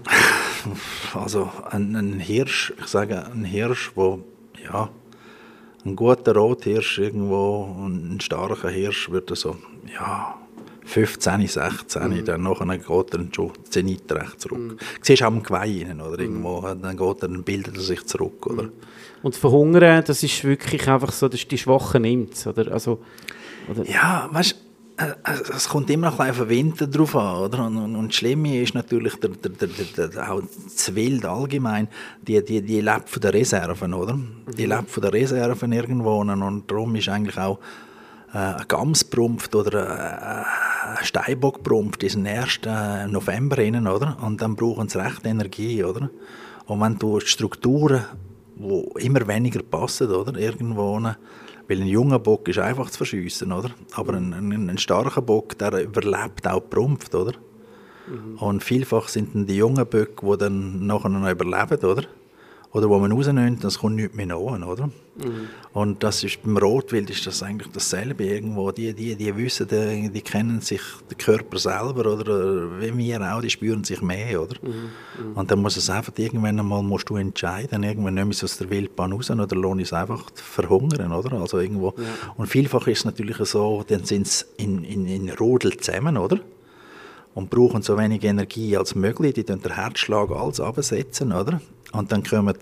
also ein, ein Hirsch, ich sage ein Hirsch, wo ja, ein guter Rothirsch irgendwo, ein starker Hirsch würde so, ja, fünfzehn, sechzehn, mhm. dann nachher geht er schon Zenit recht zurück. Mhm. Du siehst auch am Geweih rein, oder irgendwo, dann geht er, dann bildet er sich zurück, oder? Und das Verhungern, das ist wirklich einfach so, dass die Schwachen nimmt, oder? Also, oder? Ja, weißt du, es kommt immer noch ein bisschen auf den Winter drauf an, oder? Und, und, und das Schlimme ist natürlich der, der, der, der, der, auch das Wild allgemein, die, die, die lebt von den Reserven, oder? Die lebt von den Reserven irgendwo und darum ist eigentlich auch äh, ein Gamsbrumpf oder äh, ein Steinbockbrumpf, die sind erst äh, im November rein, oder? Und dann brauchen sie recht Energie, oder? Und wenn du die Strukturen, die immer weniger passen, oder? Irgendwo, weil ein junger Bock ist einfach zu verschiessen, oder? Aber ein, ein, ein starker Bock, der überlebt auch die Prumpft, oder? Mhm. Und vielfach sind dann die jungen Böcke, die dann nachher noch überleben, oder? Oder wo man rausnimmt, das kommt nichts mehr nach, oder? Mhm. Und das ist, beim Rotwild ist das eigentlich dasselbe irgendwo. Die, die, die wissen, die, die kennen sich den Körper selber, oder wie wir auch, die spüren sich mehr, oder? Mhm. Und dann muss es einfach irgendwann einmal musst du entscheiden, irgendwann nehme ich es aus der Wildbahn raus oder lohne ich es einfach verhungern, oder? Also irgendwo. Ja. Und vielfach ist es natürlich so, dann sind sie in, in, in Rudel zusammen, oder? Und brauchen so wenig Energie als möglich, die den Herzschlag alles absetzen, oder? Und dann kommen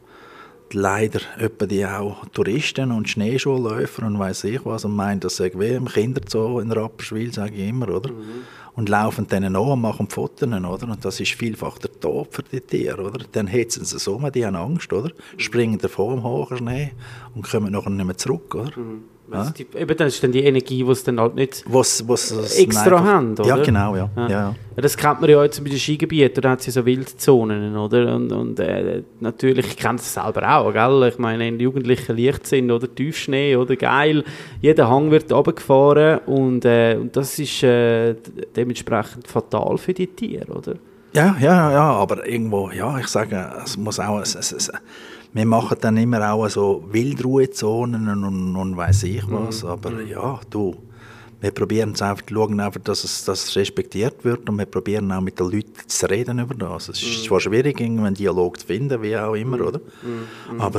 leider etwa die auch Touristen und Schneeschuhläufer und weiss ich was und meinen, das sei wie im Kinderzoo in Rapperswil, sage ich immer, oder? Mhm. Und laufen denen an und machen Fotos, oder? Und das ist vielfach der Tod für die Tiere, oder? Dann hetzen sie um, die haben Angst, oder? Springen davon im hohen Schnee und kommen nachher nicht mehr zurück, oder? Mhm. Also die, eben, das ist dann die Energie, die sie dann halt nicht was, was extra einfach, haben, oder? Ja, genau, ja. Ja. Ja, ja. Ja, das kennt man ja jetzt bei den Skigebieten, da hat es ja so Wildzonen, oder? Und, und äh, natürlich, ich kenne das selber auch, gell? Ich meine, in jugendlichen Leichtsinn oder Tiefschnee, oder? Geil, jeder Hang wird runtergefahren und, äh, und das ist äh, dementsprechend fatal für die Tiere, oder? Ja, ja, ja, aber irgendwo, ja, ich sage, es muss auch, es, es, es, wir machen dann immer auch so Wildruhezonen und, und, und weiss ich was, mhm. aber ja, du, wir probieren es einfach, schauen einfach, dass es, dass es respektiert wird und wir probieren auch mit den Leuten zu reden über das. Es ist mhm. zwar schwierig, einen Dialog zu finden, wie auch immer, oder? Mhm. Aber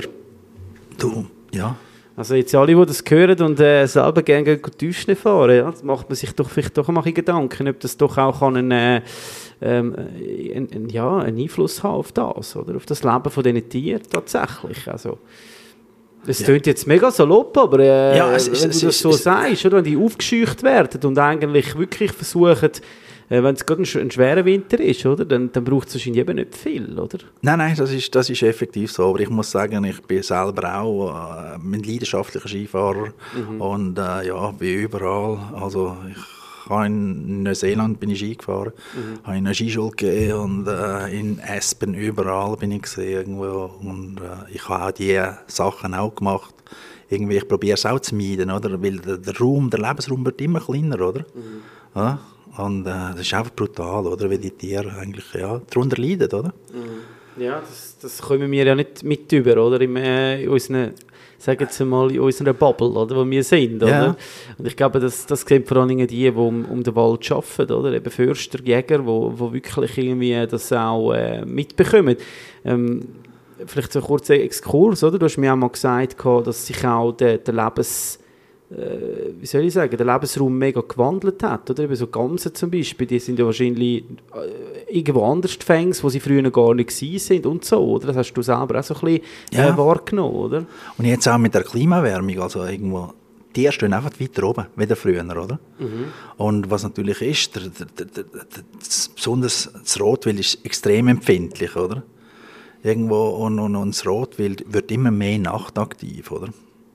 du, ja. Also jetzt alle, die das hören und äh, selber gerne Tiefschnee fahren, ja, macht man sich doch vielleicht doch mal Gedanken, ob das doch auch kann einen, ähm, ein, ein, ja, einen Einfluss haben auf das, oder? Auf das Leben von diesen Tieren tatsächlich. Also, es ja. klingt jetzt mega salopp, aber äh, ja, es, wenn es, du es, das es, so es, sagst, oder? Wenn die aufgescheucht werden und eigentlich wirklich versuchen, äh, wenn es gerade ein, ein schwerer Winter ist, oder? Dann, dann braucht es wahrscheinlich eben nicht viel, oder? Nein, nein, das ist, das ist effektiv so. Aber ich muss sagen, ich bin selber auch äh, ein leidenschaftlicher Skifahrer mhm. und äh, ja, wie überall. Also ich habe in Neuseeland bin ich Ski gefahren, mhm. habe in eine Skischule gegeben und äh, in Aspen überall bin ich gesehen irgendwo und äh, ich habe auch diese Sachen auch gemacht. Irgendwie, ich probiere es auch zu meiden, oder? Weil der, der Raum, der Lebensraum wird immer kleiner, oder? Mhm. Ja? Und äh, das ist einfach brutal, oder? Wie die Tiere eigentlich ja, darunter leiden, oder? Mhm. Ja, das, das kommen wir ja nicht mit über, oder? In, äh, in unseren, sagen wir mal, in unserer Bubble, oder? Wo wir sind, oder? Ja. Und ich glaube, das, das sind vor allem die, die um, um den Wald arbeiten, oder? Eben Förster, Jäger, die wo, wo wirklich irgendwie das auch äh, mitbekommen. Ähm, vielleicht so ein kurzer Exkurs, oder? Du hast mir auch mal gesagt, dass sich auch der, der Lebens... wie soll ich sagen, der Lebensraum mega gewandelt hat, oder? Eben so Gamsen zum Beispiel, die sind ja wahrscheinlich äh, irgendwo anders gefängst, wo sie früher gar nicht gewesen sind und so, oder? Das hast du selber auch so ein bisschen äh, ja. wahrgenommen, oder? Und jetzt auch mit der Klimaerwärmung, also irgendwo, die stehen einfach weiter oben, wie früher, oder? Mhm. Und was natürlich ist, der, der, der, der, besonders das Rotwild ist extrem empfindlich, oder? Irgendwo, und, und, und das Rotwild wird immer mehr nachtaktiv, oder?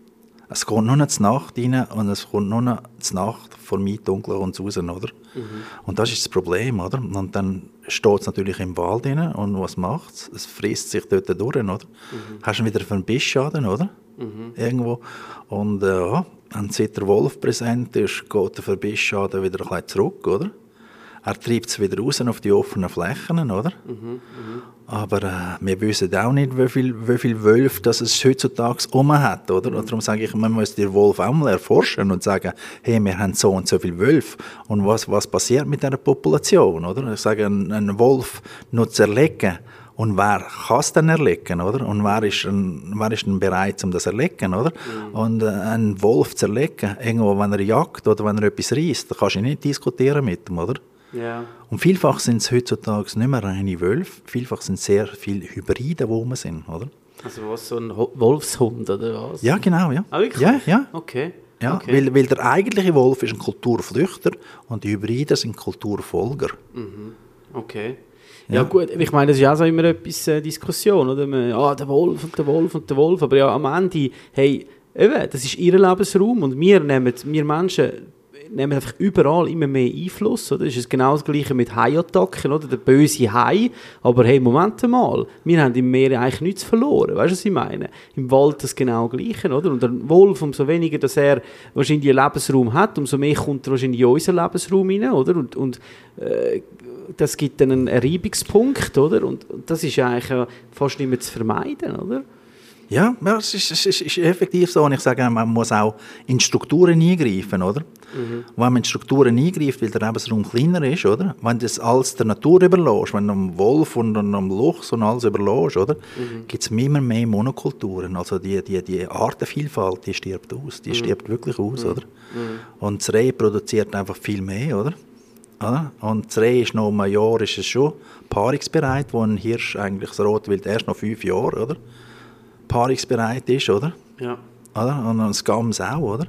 Es kommt nur noch zur Nacht rein und es kommt nur noch zur Nacht vor mir dunkel und raus, oder? Mhm. Und das ist das Problem, oder? Und dann steht es natürlich im Wald rein und was macht es? Es frisst sich dort durch, oder? Mhm. Hast du wieder einen Bissschaden, oder? Mhm. Irgendwo. Und äh, ja, und seit der Wolf präsent ist, geht der Verbissschaden wieder ein bisschen zurück, oder? Er treibt es wieder raus auf die offenen Flächen, oder? Mhm, mh. Aber äh, wir wissen auch nicht, wie viel, wie viel Wölfe das es heutzutage um hat, oder? Und darum sage ich, man muss den Wolf auch mal erforschen und sagen, hey, wir haben so und so viele Wölfe und was, was passiert mit dieser Population, oder? Ich sage, ein, ein Wolf nur zu erlegen und wer kann es dann erlegen, oder? Und wer ist, ein, wer ist denn bereit, um das zu erlegen, oder? Mhm. Und äh, einen Wolf zu erlegen, irgendwo, wenn er jagt oder wenn er etwas reisst, da kannst du nicht diskutieren mit ihm, oder? Ja. Und vielfach sind es heutzutage nicht mehr reine Wölfe, vielfach sind es sehr viele Hybride, die rum sind, oder? Also was, so ein Wolfshund oder was? Ja, genau, ja. Ah, wirklich? Ja, ja. Okay. Ja, okay. Weil, weil der eigentliche Wolf ist ein Kulturflüchter und die Hybriden sind Kulturfolger. Mhm. Okay. Ja, ja gut, ich meine, das ist ja auch so immer etwas äh, Diskussion, oder? Man, ah, der Wolf und der Wolf und der Wolf, aber ja, am Ende, hey, eben, das ist ihr Lebensraum und wir nehmen, wir Menschen nehmen einfach überall immer mehr Einfluss, oder? Das ist genau das Gleiche mit Haiattacken, oder? Der böse Hai. Aber hey, Moment mal, wir haben im Meer eigentlich nichts verloren. Weißt du, was ich meine? Im Wald das genau Gleiche, oder? Und der Wolf, umso weniger, dass er wahrscheinlich einen Lebensraum hat, umso mehr kommt er wahrscheinlich in unseren Lebensraum hinein, oder? Und, und äh, das gibt dann einen Reibungspunkt, oder? Und, und das ist eigentlich äh, fast nicht mehr zu vermeiden, oder? Ja, ja, es ist, es ist, ist effektiv so. Und ich sage, man muss auch in Strukturen eingreifen, oder? Mhm. Wenn man in Strukturen eingreift, weil der Lebensraum kleiner ist, oder? Wenn du das alles der Natur überlässt, wenn du am Wolf und am Luchs und alles überlässt, oder? Mhm. Gibt es immer mehr Monokulturen. Also die, die, die Artenvielfalt, die stirbt aus. Die mhm. stirbt wirklich aus, mhm. oder? Mhm. Und das Reh produziert einfach viel mehr, oder? Oder? Und das Reh ist noch um ein Jahr ist es schon paarungsbereit, wo ein Hirsch eigentlich das Rotwild erst noch fünf Jahre, oder? Paarungsbereit ist, oder? Ja. Oder? Und das Gams auch, oder?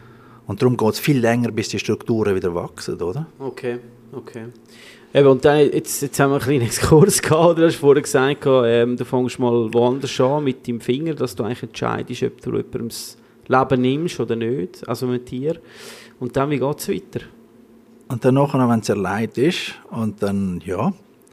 Und darum geht es viel länger, bis die Strukturen wieder wachsen, oder? Okay, okay. Eben, und dann, jetzt, jetzt haben wir einen kleinen Exkurs gehabt, du hast vorhin gesagt, ähm, du fängst mal woanders an mit deinem Finger, dass du eigentlich entscheidest, ob du jemandem das Leben nimmst oder nicht, also mit Tier. Und dann, wie geht es weiter? Und dann nachher, wenn es erleidet ist, und dann, ja,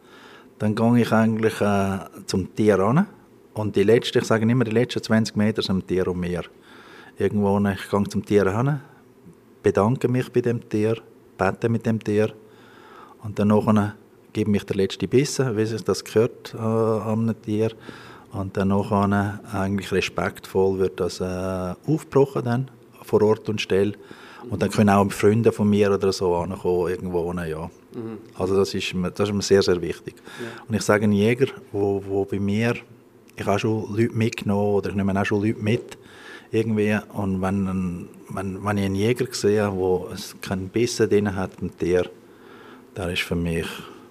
dann gehe ich eigentlich äh, zum Tier ran. Und die letzten, ich sage immer, die letzten zwanzig Meter sind dem Tier und mir. Irgendwo, ich gehe zum Tier ran, bedanke mich bei dem Tier, bete mit dem Tier und dann nachher gebe mich der letzte Bissen, wie sich das gehört äh, an einem Tier. Und dann nachher eigentlich respektvoll wird das äh, aufgebrochen dann, vor Ort und Stelle. Und dann können auch Freunde von mir oder so ankommen, irgendwo. Ja. Mhm. Also das ist, mir, das ist mir sehr, sehr wichtig. Ja. Und ich sage, ein Jäger, wo, wo bei mir, ich habe schon Leute mitgenommen oder ich nehme auch schon Leute mit, irgendwie. Und wenn, wenn, wenn ich einen Jäger sehe, der keinen Bissen drin hat im Tier, der ist für mich...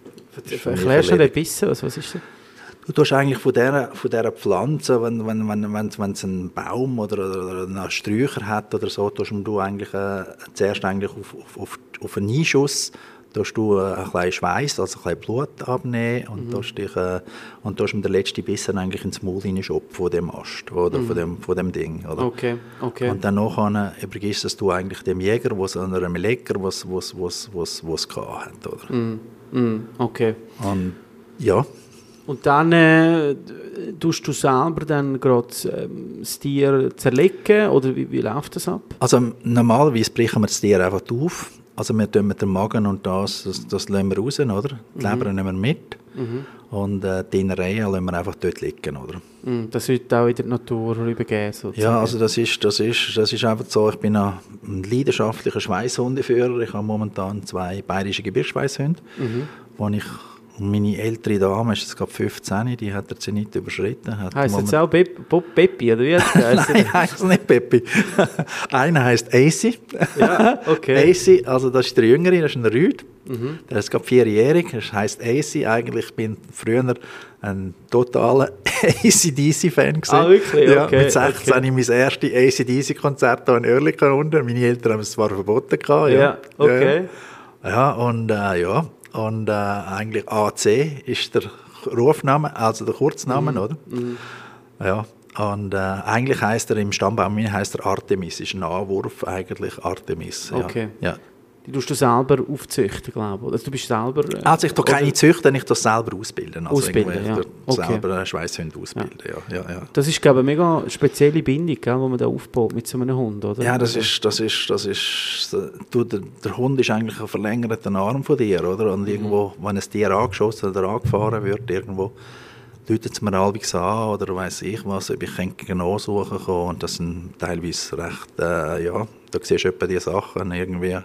Erklärst du den Bissen? Was, was ist das? Du tust eigentlich von dieser, von dieser Pflanze, wenn, wenn, wenn, wenn, wenn es einen Baum oder, oder einen Sträucher hat oder so, tust du eigentlich äh, zuerst eigentlich auf, auf, auf, auf einen Einschuss tust du äh, ein bisschen Schweiß, also ein bisschen Blut abnehmen und mhm. tust dich, äh, und tust mit der letzten Bissen eigentlich ins Maul hineinschubsen von dem Ast oder mhm. von, dem, von dem Ding. Oder? Okay, okay. Und dann nachher übergibst du eigentlich dem Jäger, was oder einem Lecker, was was was was was gehabt hat, oder? Mhm. Mhm. Okay. Und ja. Und dann äh, tust du selber dann gerade ähm, das Tier zerlegen oder wie, wie läuft das ab? Also normalerweise brechen wir das Tier einfach auf. Also wir tun mit dem Magen und das, das, das lassen wir raus, oder? Die Leber mhm. nehmen wir mit mhm. und äh, die Innereien lassen wir einfach dort liegen, oder? Mhm. Das wird auch in der Natur übergeben, sozusagen. Ja, also das ist, das ist, das ist einfach so, ich bin ein leidenschaftlicher Schweisshundeführer. Ich habe momentan zwei bayerische Gebirgsschweisshunde, mhm. wo ich... Und meine ältere Dame, ist jetzt gerade fünfzehn, die hat der Zenit überschritten. Heisst jetzt auch Peppi, oder wie? Nein, heisst nicht Peppi. Einer heisst Acy. Ja, okay. Acy, also das ist der Jüngere, das ist ein Rüd. Mhm. Der ist gerade vierjährig, das heisst Acy. Eigentlich bin ich früher ein totaler A C D C-Fan gewesen. Ah, wirklich? Ja, okay. Mit sechzehn okay. mein erstes A C D C-Konzert hier in Oerlikon unten. Meine Eltern haben es zwar verboten gehabt. Ja, ja okay. Ja, ja und äh, ja. Und äh, eigentlich A C ist der Rufname, also der Kurzname, mm. oder? Mm. Ja. Und äh, eigentlich heisst er im Stammbaum heisst er Artemis, ist ein Anwurf eigentlich Artemis. Okay. Ja. Ja. Die tust du selber aufzüchten, glaube ich. Also du bist selber... Äh, also ich tue keine züchten, ich tue selber ausbilden. Also ausbilden, ja. Ich okay. selber Schweisshunde ausbilden, ja. Ja, ja, ja. Das ist, glaube ich, eine mega spezielle Bindung, die man da aufbaut mit so einem Hund, oder? Ja, das ist... Das ist, das ist du, der, der Hund ist eigentlich ein verlängerter Arm von dir, oder? Und irgendwo, mhm. wenn ein Tier angeschossen oder angefahren wird, irgendwo läutet es mir allwegs an oder weiss ich was, ob ich genau suchen kann. Und das sind teilweise recht... Äh, ja, da siehst du etwa diese Sachen irgendwie...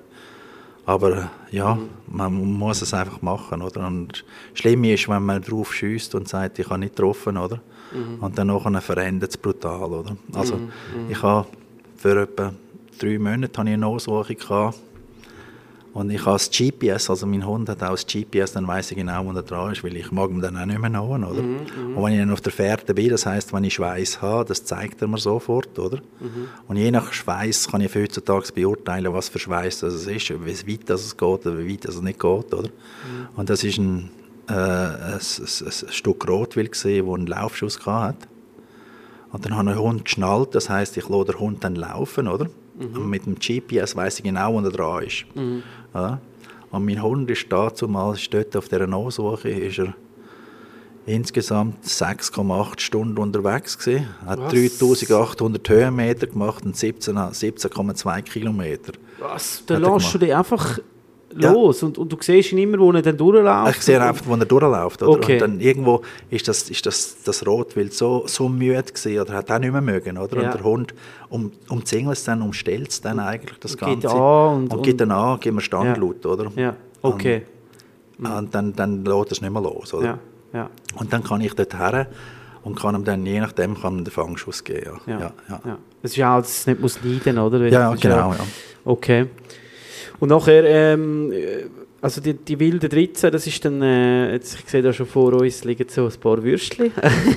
Aber ja, mhm. man muss es einfach machen, oder? Und schlimm ist, wenn man drauf schiesst und sagt, ich habe nicht getroffen, oder? Mhm. Und dann nachher verändert es brutal, oder? Also mhm. ich habe für etwa drei Monate habe ich eine Nachsuche gehabt. Und ich habe das G P S, also mein Hund hat auch das G P S, dann weiss ich genau, wo er dran ist, weil ich mag ihn dann auch nicht mehr nahen, oder? Mhm, und wenn ich dann auf der Fährte bin, das heisst, wenn ich Schweiß habe, das zeigt er mir sofort, oder? Mhm. Und je nach Schweiß kann ich heutzutage beurteilen, was für Schweiß das ist, wie weit das geht oder wie weit das nicht geht, oder? Mhm. Und das war ein, äh, ein, ein, ein Stück Rotwild, das einen Laufschuss hatte. Und dann habe ich den Hund geschnallt, das heisst, ich lasse den Hund dann laufen, oder? Mhm. Und mit dem G P S weiss ich genau, wo er dran ist. Mhm. Ja. Und mein Hund ist damals dort auf dieser Nachsuche, ist er insgesamt sechs Komma acht Stunden unterwegs gewesen, hat Was? dreitausendachthundert Höhenmeter gemacht und siebzehn Komma zwei Kilometer. Was? Dann lässt du dich einfach los ja. und, und du siehst ihn immer, wo er dann durchläuft? Ich sehe einfach, wo er durchläuft. Oder? Okay. Und dann irgendwo ist das, ist das, das Rotwild so, so müde gewesen, oder hat auch nicht mehr mögen. Oder? Ja. Und der Hund um, umzingelt es dann, umstellt es dann eigentlich das Ganze. Geht an und, und geht dann an, gibt mir Standlaut, ja. oder? Ja, okay. Und, mhm. und dann, dann lässt es nicht mehr los, oder? Ja. Ja. Und dann kann ich dort her und kann ihm dann, je nachdem, kann ihm den Fangschuss geben. Ja. Ja. Ja. Ja. Ja. Das ist ja auch, dass es nicht muss leiden, oder? Weil ja, genau. Ja. Okay. Und nachher, ähm, also die, die wilden dreizehn, das ist dann, äh, jetzt, ich sehe da schon vor uns liegen so ein paar Würstchen,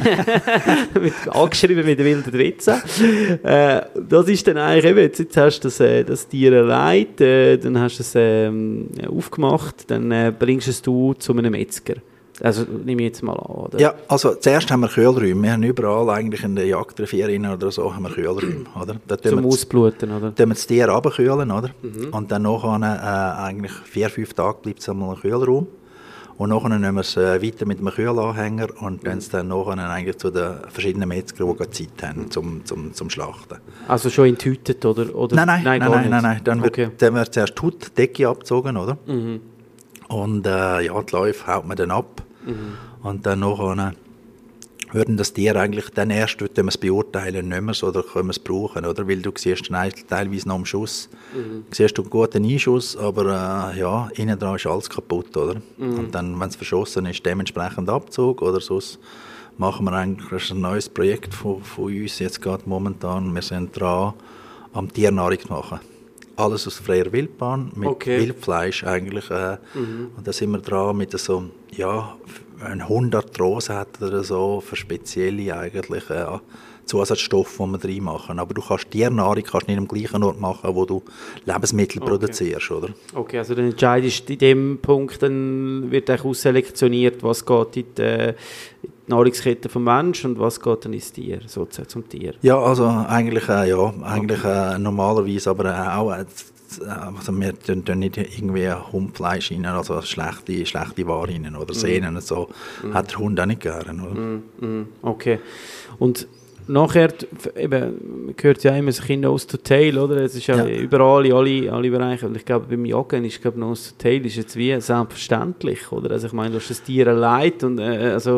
mit, angeschrieben mit den wilden dreizehn. Äh, das ist dann eigentlich eben, jetzt, jetzt hast du das, äh, das Tier erleidet, äh, dann hast du es äh, aufgemacht, dann äh, bringst du es du zu einem Metzger. Also nehme ich jetzt mal an, oder? Ja, also zuerst haben wir Kühlräume. Wir haben überall eigentlich in den Jagdrevieren oder so haben wir Kühlräume, oder? Da tun Zum wir Ausbluten, oder? Dann wir das Tier runterkühlen, oder? Mhm. Und dann nachher, äh, eigentlich vier, fünf Tage bleibt es einmal im Kühlraum. Und nachher nehmen wir es äh, weiter mit einem Kühlanhänger und dann es dann nachher eigentlich zu den verschiedenen Metzgern, die gerade Zeit haben zum, zum, zum Schlachten. Also schon in Tüten, oder? oder? Nein, nein, nein, gar nein, nicht. nein, nein. Dann wird, Okay. dann wird zuerst die Haut, die Decke abgezogen, oder? Mhm. Und äh, ja, die Läufe haut man dann ab. Mhm. Und dann nachher würden das Tier eigentlich dann erst, wenn wir es beurteilen, nicht mehr so, oder können wir es brauchen, oder? Weil du siehst dann teilweise noch am Schuss, mhm. siehst du einen guten Einschuss, aber äh, ja, innen dran ist alles kaputt, oder? Mhm. Und dann, wenn es verschossen ist, dementsprechend Abzug, oder sonst machen wir eigentlich ein neues Projekt von, von uns jetzt gerade momentan. Wir sind dran, am Tiernahrung zu machen. Alles aus freier Wildbahn, mit Okay. Wildfleisch eigentlich. Äh, Mhm. Und da sind wir dran mit so, ja, ein hundert Rosen hat oder so, für spezielle eigentlich, äh, Zusatzstoffe, die wir reinmachen. Aber du kannst Tiernahrung kannst nicht am gleichen Ort machen, wo du Lebensmittel Okay. produzierst, oder? Okay, also dann entscheidest du in dem Punkt, dann wird eigentlich ausselektioniert, was geht in die, äh, in die Nahrungskette vom Menschen und was geht dann ins Tier, sozusagen zum Tier. Ja, also eigentlich, äh, ja, eigentlich äh, normalerweise, aber äh, auch, äh, also wir tun tun nicht irgendwie Hundfleisch rein, also schlechte, schlechte Ware rein oder Sehnen und so, Mhm. hat der Hund auch nicht gern, oder? Mm, mm, okay. Und nachher, eben, man hört ja immer so ein Nose to Tail, oder? Es ist ja, Ja. überall in alle, alle Bereiche. Und ich glaube, beim Jagen ist, glaube Nose to Tail ist jetzt wie selbstverständlich, oder? Also ich meine, du hast das Tier allein und äh, also...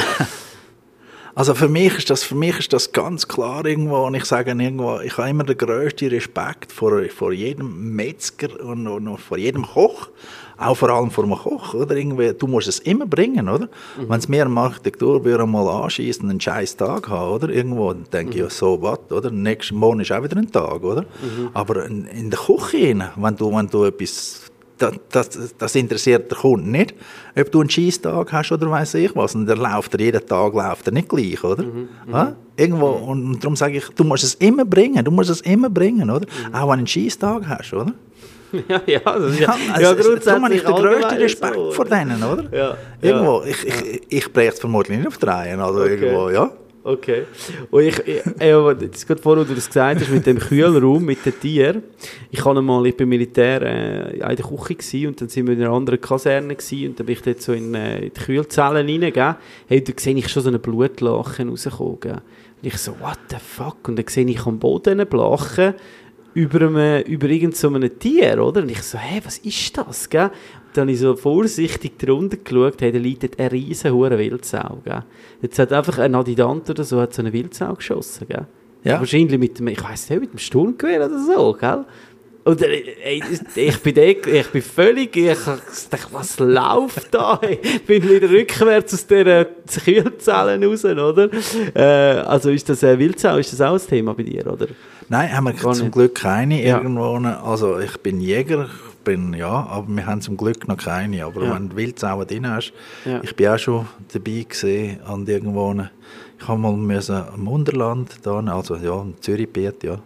Also für mich ist das, für mich ist das ganz klar irgendwo, und ich sage irgendwo, ich habe immer den grössten Respekt vor, vor jedem Metzger und, und, und vor jedem Koch, auch vor allem vor einem Koch, oder? Irgendwie, du musst es immer bringen, oder? Mhm. Wenn es mir im Architekturbüro mal anschießt und einen scheiß Tag haben, oder? Irgendwo, dann denke ich, ja, so was, oder? Nächsten Morgen ist auch wieder ein Tag, oder? Mhm. Aber in, in der Küche, wenn du, wenn du etwas... Das, das, das interessiert den Kunden nicht, ob du einen Scheisstag hast oder weiss ich was. Und der läuft er, jeden Tag läuft er nicht gleich, oder? Mhm, ja? Irgendwo, und, und darum sage ich, du musst es immer bringen, du musst es immer bringen, oder? Mhm. Auch wenn du einen Scheisstag hast, oder? Ja, ja, das ist ja, ja, also, ja darum habe ich den grössten Respekt so, vor denen, oder? Ja, irgendwo, ja. ich, ich, ich breche es vermutlich nicht auf die Reihe, also okay. Irgendwo, ja. Okay. Und ich, ich, ja, das gerade vorher, wo du das gesagt hast, mit dem Kühlraum, mit den Tieren. Ich war mal, ich bin Militär äh, in der Küche gewesen, und dann sind wir in einer anderen Kaserne gewesen, und dann bin ich dort so in, äh, in die Kühlzellen reingegeben. Hey, da sehe ich schon so einen Blutlachen rauskommen. Gell? Und ich so, what the fuck? Und dann sehe ich am Boden einen Blachen über, einem, über irgend so einem Tier, oder? Und ich so, hey, was ist das? Gell? Dann habe ich so vorsichtig drunter geschaut, hey, da liegt eine riesen hure Wildsau. Gell? Jetzt hat einfach ein Adjutant oder so hat so eine Wildsau geschossen. Gell? Ja. Wahrscheinlich mit dem, ich weiss nicht, mit dem Sturmgewehr oder so. Gell? Und ey, ich, bin de, ich bin völlig, ich dachte, was läuft da? Ich bin wieder rückwärts aus dieser Kühlzellen raus, oder? Äh, also ist das eine Wildsau, ist das auch ein Thema bei dir, oder? Nein, haben wir Gar zum nicht. Glück keine Ja. irgendwo. Also ich bin Jäger, bin, ja, aber wir haben zum Glück noch keine. Aber Ja. wenn du Wildsauen drin hast, Ja. ich bin auch schon dabei gesehen an irgendwo. Ich habe mal müssen im Unterland, da, also ja, im Zürichbiet, ja,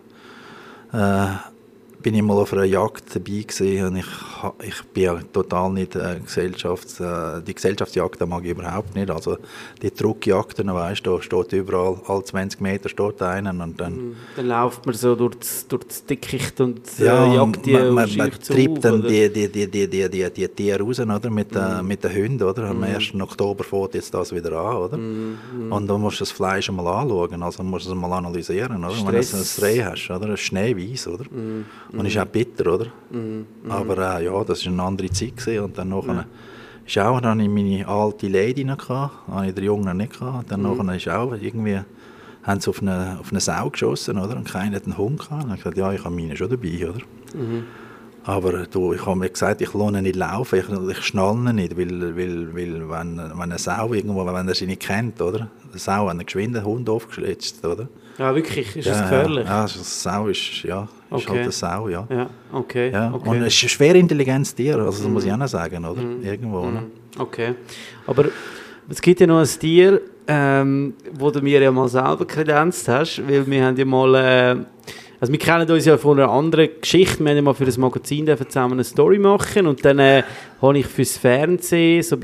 äh, bin ich mal auf einer Jagd dabei gewesen, und ich, ha- ich bin ja total nicht äh, Gesellschafts-, äh, die Gesellschaftsjagd mag ich überhaupt nicht. Also die Druckjagden, weißt du, da steht überall, alle zwanzig Meter steht einer und dann... Dann läuft man so durch das, durch das Dickicht und äh, Ja, jagt die man, und man, man scheucht sie treibt auf, dann oder? die, die, die, die, die, die, die Tiere raus, oder? Mit, Mhm. äh, mit den Hunden, oder? Am ersten Oktober fängt jetzt das wieder an, oder? Mhm. Und dann musst du das Fleisch einmal anschauen, also musst du es mal analysieren, oder? Wenn du Stress. ein Reh hast, oder? Es ist schneeweiß, oder? Mhm. Und ist auch bitter, oder? Mhm. Aber äh, ja, das war eine andere Zeit gewesen. Und dann nachher ist auch, dann hatte ich meine alte Lady noch gehabt, habe ich den Jungen nicht gehabt. Dann nachher ist auch irgendwie, haben sie auf eine, auf eine Sau geschossen, oder? Und keiner hat einen Hund gehabt. Und ich gesagt, ja, ich habe meine schon dabei, oder? Mhm. Aber du, ich habe mir gesagt, ich lasse ihn nicht laufen, ich, ich schnalle ihn nicht, weil, weil, weil wenn, wenn eine Sau irgendwo, wenn er sie nicht kennt, oder? Eine Sau, wenn er geschwind einen Hund aufgeschlitzt, oder? Ja, wirklich, ist ja, das gefährlich? Ja, ja, eine Sau ist, ja, ist Okay. halt eine Sau, ja. Ja, okay. Ja, okay. und es ist ein schwer intelligentes Tier, also das muss ich auch noch sagen, oder? Irgendwo, ne? Okay. Aber es gibt ja noch ein Tier, ähm, wo du mir ja mal selber kredenzt hast, weil wir haben ja mal, äh, also wir kennen uns ja von einer anderen Geschichte, wir haben ja mal für das Magazin zusammen eine Story machen und dann äh, habe ich fürs Fernsehen so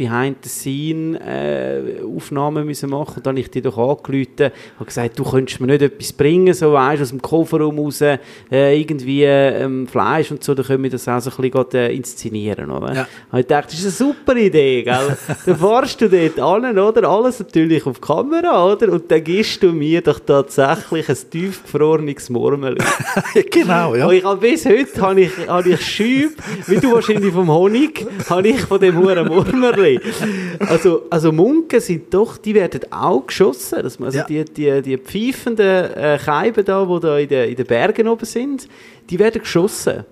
Behind-the-Scene-Aufnahmen äh, müssen machen. Und dann habe ich dich doch angerufen, habe gesagt, du könntest mir nicht etwas bringen, so weißt, aus dem Kofferraum raus, äh, irgendwie ähm, Fleisch und so, dann können wir das auch so ein bisschen äh, inszenieren. Oder? Ja. Und ich dachte, das ist eine super Idee, gell? Dann fahrst du dort an, oder? Alles natürlich auf Kamera, oder? Und dann gibst du mir doch tatsächlich ein tiefgefrorenes Murmeli. Genau, ja. Und ich habe bis heute habe ich, habe ich Schübe, wie du wahrscheinlich vom Honig, habe ich von dem huren Murmerli. Also, also Munken sind doch, die werden auch geschossen. Dass man, also ja. die, die, die pfeifenden äh, Scheiben da, die da in den, in den Bergen oben sind, die werden geschossen.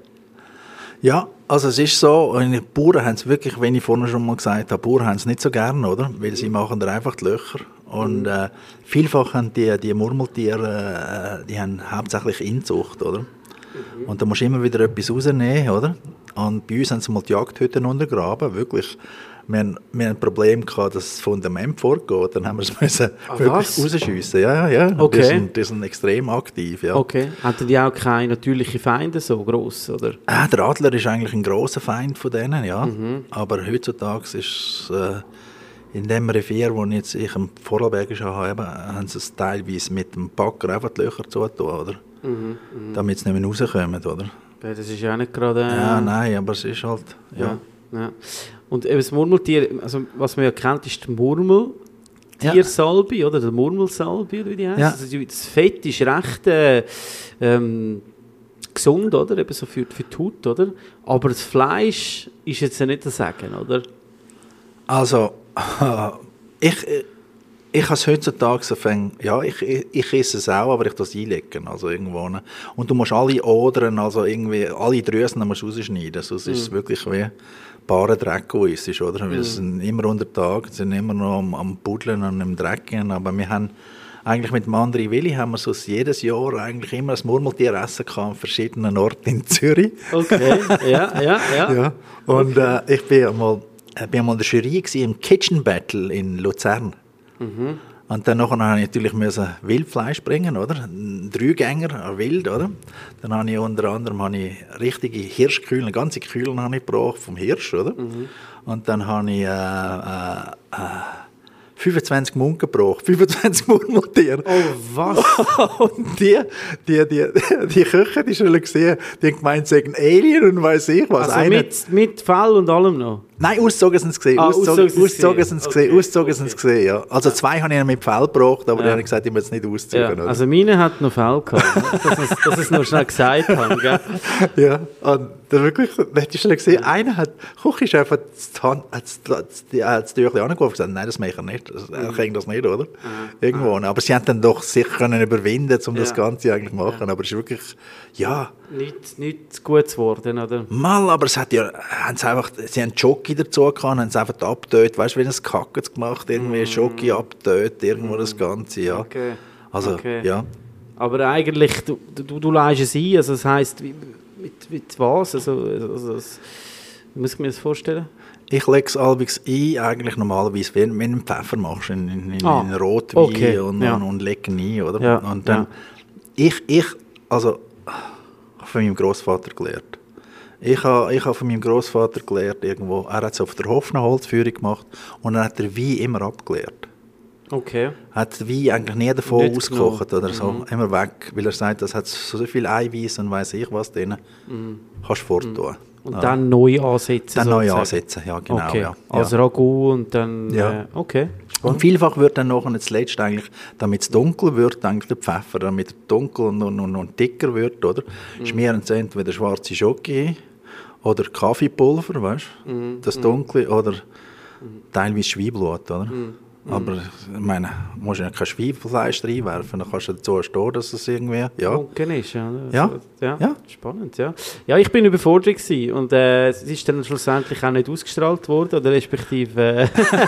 Ja, also es ist so, die Bauern haben es wirklich, wenn ich vorhin schon mal gesagt habe, Bauern haben es nicht so gern, oder? Weil sie machen da einfach die Löcher. Und äh, vielfach haben die, die Murmeltiere, äh, die haben hauptsächlich Inzucht, oder? Mhm. Und da musst du immer wieder etwas rausnehmen, oder? Und bei uns haben sie mal die Jagdhütten untergraben, wirklich. Wir haben, wir haben ein Problem gehabt, dass das Fundament vorgeht. Dann haben wir es müssen ah, wirklich rausschiessen. Ja, ja, ja. Okay. Die sind, die sind extrem aktiv, ja. Okay. Hatten die auch keine natürlichen Feinde so gross, oder? Äh, der Adler ist eigentlich ein grosser Feind von denen, ja. Mhm. Aber heutzutage ist äh, in dem Revier, wo ich jetzt ich im Vorarlbergischen habe, haben sie es teilweise mit dem Packer einfach die Löcher zugetan, oder? Mhm, mh. Damit sie nicht mehr rauskommen, oder? Ja, das ist ja nicht gerade... Äh... Ja, nein, aber es ist halt... Ja. Ja, ja. Und eben das Murmeltier, also was man ja kennt, ist der Murmeltiersalbe, ja. Oder der Murmelsalbe, wie die heisst. Ja. Also das Fett ist recht äh, ähm, gesund, oder? Eben so für, für die Haut, oder? Aber das Fleisch ist jetzt ja nicht zu sagen, oder? Also, ich... Ich habe es heutzutage so fäng, ja, ich, ich, ich esse es auch, aber ich tue es einlegen, also irgendwo. Und du musst alle Odern, also irgendwie, alle Drüsen musst du rausschneiden, sonst mm. ist es wirklich wie bare Dreck, wo es ist, oder? Mm. Wir sind immer unter Tag, sind immer noch am, am Buddeln und am Drecken, aber wir haben eigentlich mit dem André Willi haben wir so jedes Jahr eigentlich immer ein Murmeltier essen gehabt an verschiedenen Orten in Zürich. Okay, ja, ja, ja. ja. Und äh, ich bin einmal, ich bin einmal in der Jury gewesen, im Kitchen Battle in Luzern. Mhm. Und dann musste ich natürlich Wildfleisch bringen, oder? Ein Dreigänger, Wild, oder? Dann habe ich unter anderem habe ich richtige Hirschkühlen, ganze Kühlen habe ich gebraucht vom Hirsch, oder? Mhm. Und dann habe ich äh, äh, äh, fünfundzwanzig Munken gebraucht, fünfundzwanzig Murmeltiere. Oh, was? Und die, die, die, die Köche, die schon gesehen, die haben gemeint, sie sagen Alien und weiss ich was. Also mit, mit Fell und allem noch? Nein, ausgezogen sind sie gesehen. Ah, ausgezogen, ausgezogen ausgezogen sind sie okay. gesehen. Ausgezogen okay. sind sie gesehen, ja. Also zwei habe ich mit Fell gebraucht, aber ja. die haben gesagt, ich muss es nicht ausziehen. Ja. Also meine hat noch Fell gehabt, dass ich es noch schnell gesagt habe. Gell? Ja, und dann wirklich, da hättest du schon gesehen, ja. einer hat, Küchenchef hat das Türchen angerufen und gesagt, nein, das mache ich nicht. Er kennt das nicht, oder? Ah. Irgendwo. Aber sie haben dann doch sich können überwinden, um ja. das Ganze eigentlich zu machen. Ja. Aber es ist wirklich, ja... Nicht, nicht gut geworden, oder? Mal, aber es hat ja, haben sie einfach, sie haben Jockey dazu gehabt, haben es einfach abgetötet, weißt du, wie ein Kacken gemacht, irgendwie mm. Jockey abgetötet, irgendwo mm. das Ganze, ja. Okay. Also, okay. ja. Aber eigentlich, du, du, du leihst es ein, also das heisst, mit, mit was? Also, also das, wie muss ich mir das vorstellen? Ich lege es allwegs ein, eigentlich normalerweise, wenn du einen Pfeffer machst, in, in, in, ah. in Rotwein okay. und, ja. und, und lege ihn ein, oder? Ja. Und dann, ja. ich, ich, also, von meinem Großvater gelernt. Ich habe ich ha von meinem Großvater gelernt, irgendwo, er hat es auf der Hofenholzführung gemacht und er hat den Wein immer abgeleert. Okay. Er hat den Wein eigentlich nie davon Nicht ausgekocht genommen. oder so, mhm. immer weg, weil er sagt, das hat so viel Eiweiß und weiss ich was drin, mhm. kannst du forttun. Und ja. dann neu ansetzen? Dann neu ansetzen, ja genau. Okay. Ja. Also Ragout und dann, ja. äh, okay. Und vielfach wird dann nachher zuletzt eigentlich, damit es dunkel wird, eigentlich der Pfeffer, damit er dunkel und, und, und, und dicker wird, oder? Mhm. Schmieren sie entweder schwarze Schoki oder Kaffeepulver, weißt du? Mhm. Das Dunkle, oder mhm. teilweise Schweinblut, oder? Mhm. Aber ich meine, du musst ja kein Schweinfleisch reinwerfen, dann kannst du dazu stehen, dass es irgendwie, ja. Dunkel ist, ja. Ja. ja. ja. Spannend, ja. Ja, ich bin überfordert gewesen und äh, es ist dann schlussendlich auch nicht ausgestrahlt worden, oder respektive äh,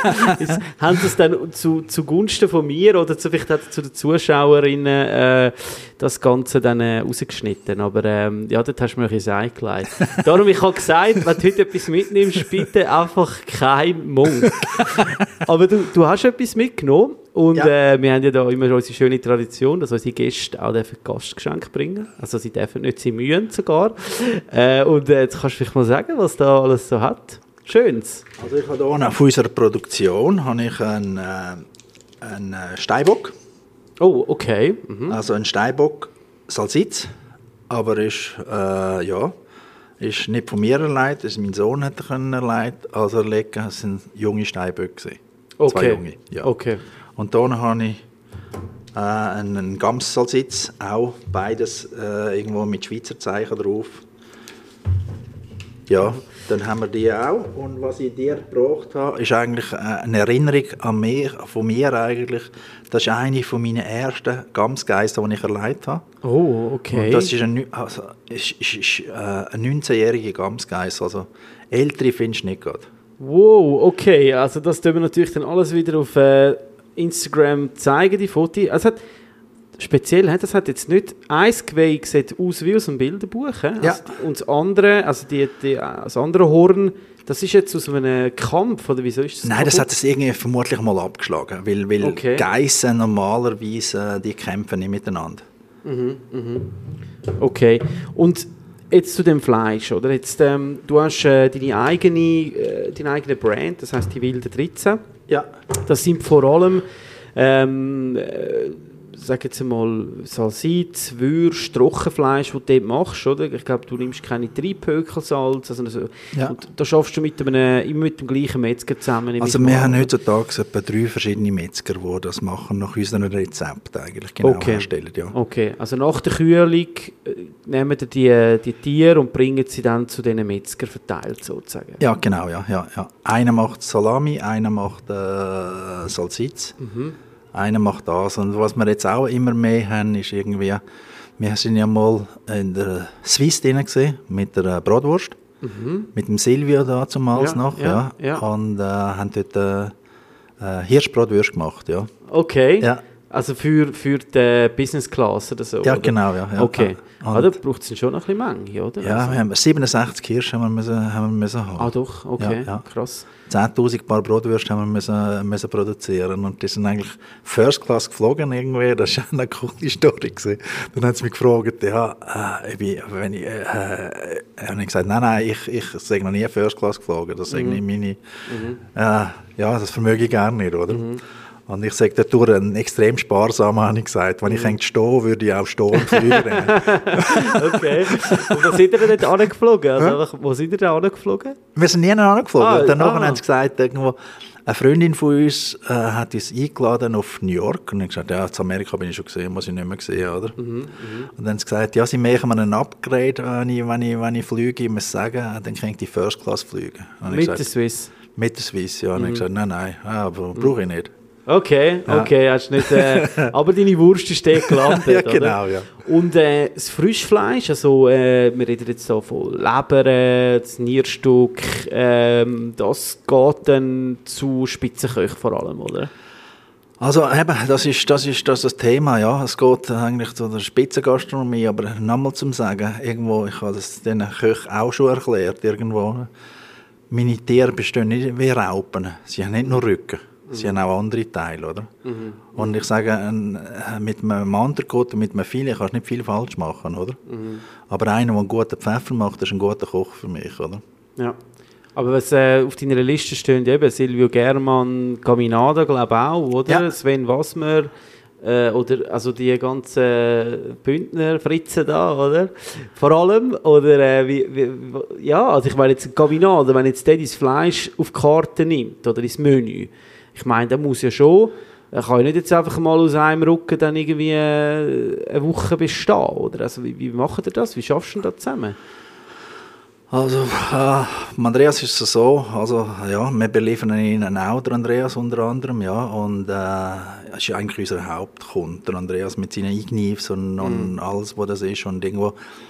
haben sie es dann zu, zugunsten von mir oder zu, vielleicht auch zu den Zuschauerinnen äh, das Ganze dann äh, rausgeschnitten, aber ähm, ja, dort hast du mir ein bisschen eingelegt. Darum, ich habe gesagt, wenn du heute etwas mitnimmst, bitte einfach kein Mund. Aber du, du hast etwas mitgenommen und ja. äh, wir haben ja da immer unsere schöne Tradition, dass unsere Gäste auch Gastgeschenke bringen. Also sie dürfen nicht, sie mühen sogar. Äh, und äh, jetzt kannst du vielleicht mal sagen, was da alles so hat. Schönes. Also ich habe hier auf unserer Produktion habe ich einen, äh, einen Steinbock. Oh, okay. Mhm. Also ein Steinbock Salsitz, aber ist, äh, ja, ist nicht von mir erleidet, ist mein Sohn hat er können erleidet, also erlegen, es sind junge Steinböcke. Okay. Zwei junge, ja. Okay. Und hier habe ich äh, einen Gams-Salsitz, auch beides äh, irgendwo mit Schweizer Zeichen drauf. Ja, dann haben wir die auch. Und was ich dir gebracht habe, ist eigentlich eine Erinnerung an mich, von mir eigentlich. Das ist eine von meinen ersten Gamsgeister, die ich erlebt habe. Oh, okay. Und das ist ein, also, ist, ist, ist, äh, ein neunzehnjähriger Gamsgeist. Also ältere findest du nicht gerade. Wow, okay. Also das tun wir natürlich dann alles wieder auf äh, Instagram zeigen, die Fotos. Also hat, speziell, he, das hat jetzt nicht, ein Geweih sieht aus wie aus einem Bilderbuch. He? Ja. Also, und das andere, also die, die, das andere Horn, das ist jetzt aus einem Kampf, oder wieso ist das? Nein, das hat es irgendwie vermutlich mal abgeschlagen, weil, weil okay. Geissen normalerweise, die kämpfen nicht miteinander. Mhm, mhm. Okay, und jetzt zu dem Fleisch, oder? Jetzt, ähm, du hast äh, deine, eigene, äh, deine eigene Brand, das heisst die Wilde dreizehn. Ja. Das sind vor allem, ähm, äh, sag jetzt einmal, Salsitz, Würst, Trockenfleisch, das du dort machst, oder? Ich glaube, du nimmst keine Treibhökelsalz. Also, also, Ja. und da schaffst du mit einem, immer mit dem gleichen Metzger zusammen. Also wir haben heutzutage etwa drei verschiedene Metzger, die das machen, nach unserem Rezept eigentlich genau Okay. herstellen. Ja. Okay, also nach der Kühlung äh, nehmen die, die die Tiere und bringen sie dann zu diesen Metzger verteilt, sozusagen. Ja, genau, ja, ja, ja. Einer macht Salami, einer macht äh, Salsitz, Mhm. einer macht das. Und was wir jetzt auch immer mehr haben, ist irgendwie, wir sind ja mal in der Swiss drin gesehen mit der Bratwurst, Mhm. mit dem Silvio da zumals Ja, noch, ja, ja, ja. und äh, haben dort äh, äh, Hirschbratwurst gemacht, ja. Okay, Ja. also für, für die Business Class oder so? Ja, oder? genau, ja. ja. Okay, Und, ah, da braucht es schon noch ein bisschen Menge, oder? ja, Also- wir haben siebenundsechzig Hirsche haben wir müssen, haben wir müssen haben. Ah doch, okay, Ja, ja. krass. zehntausend Paar Brotwürste haben wir müssen, müssen produzieren und die sind eigentlich First Class geflogen irgendwie. Das war eine coole Story gewesen. Dann haben sie mich gefragt, ja, äh, wie, wenn ich, äh, äh, habe ich gesagt, nein, nein, ich, ich sei noch nie First Class geflogen. Das ist Mhm. nicht meine, Mhm. äh, ja, das vermöge ich gerne nicht, oder? Mhm. Und ich sage dadurch ein extrem sparsam, habe ich gesagt. Wenn ich mhm. stehen würde ich auch stehen und fliegen. Okay. Und wo sind ihr denn dort angeflogen? Also einfach, wo sind ihr denn angeflogen? Wir sind nie angeflogen. Ah, Danach ah. haben sie gesagt, irgendwo, eine Freundin von uns äh, hat uns eingeladen auf New York. Und ich habe gesagt, ja, in Amerika bin ich schon gesehen, muss ich nicht mehr sehen, oder? Mhm, mhm. Und dann haben sie gesagt, ja, sie machen mir einen Upgrade, wenn ich, wenn ich, wenn ich fliege. Ich muss sagen, dann kann ich die First Class fliegen. Mit gesagt, der Swiss? Mit der Swiss, ja. Und mhm. ich gesagt, nein, nein, aber mhm. brauche ich nicht. Okay, okay, hast nicht, äh, aber deine Wurst ist dort gelandet, ja, genau, oder? ja. Und äh, das Frischfleisch, also äh, wir reden jetzt so von Leber, das Nierstück, ähm, das geht dann zu Spitzenköchen vor allem, oder? Also eben, das ist das, ist das, das Thema, ja. Es geht eigentlich zu der Spitzengastronomie, aber nochmal zum Sagen, irgendwo, ich habe das den Köchen auch schon erklärt, irgendwo, meine Tiere bestehen nicht wie Raupen, sie haben nicht nur Rücken. Sie mhm. haben auch andere Teile, oder? Mhm. Und ich sage, mit einem Manterkot und mit einem Filet kannst du nicht viel falsch machen, oder? Mhm. Aber einer, der einen guten Pfeffer macht, ist ein guter Koch für mich, oder? Ja. Aber was äh, auf deiner Liste steht, eben Silvio German, Caminada, glaube ich auch, oder? Ja. Sven Wassmer, äh, oder also die ganzen Bündner Fritzen da, oder? Vor allem, oder äh, wie, wie, ja, also ich meine jetzt Caminada, wenn jetzt der das Fleisch auf die Karte nimmt, oder ins Menü, ich meine, der muss ja schon, er kann ja nicht jetzt einfach mal aus einem Rücken dann irgendwie eine Woche bestehen, oder? Also wie, wie macht ihr das? Wie schaffst du das zusammen? Also, äh, Andreas ist so, also ja, wir beliefern ihn auch, der Andreas unter anderem, ja, und äh, er ist eigentlich unser Hauptkunde, der Andreas mit seinen Ignives und, und mm. alles, was das ist und irgendwo,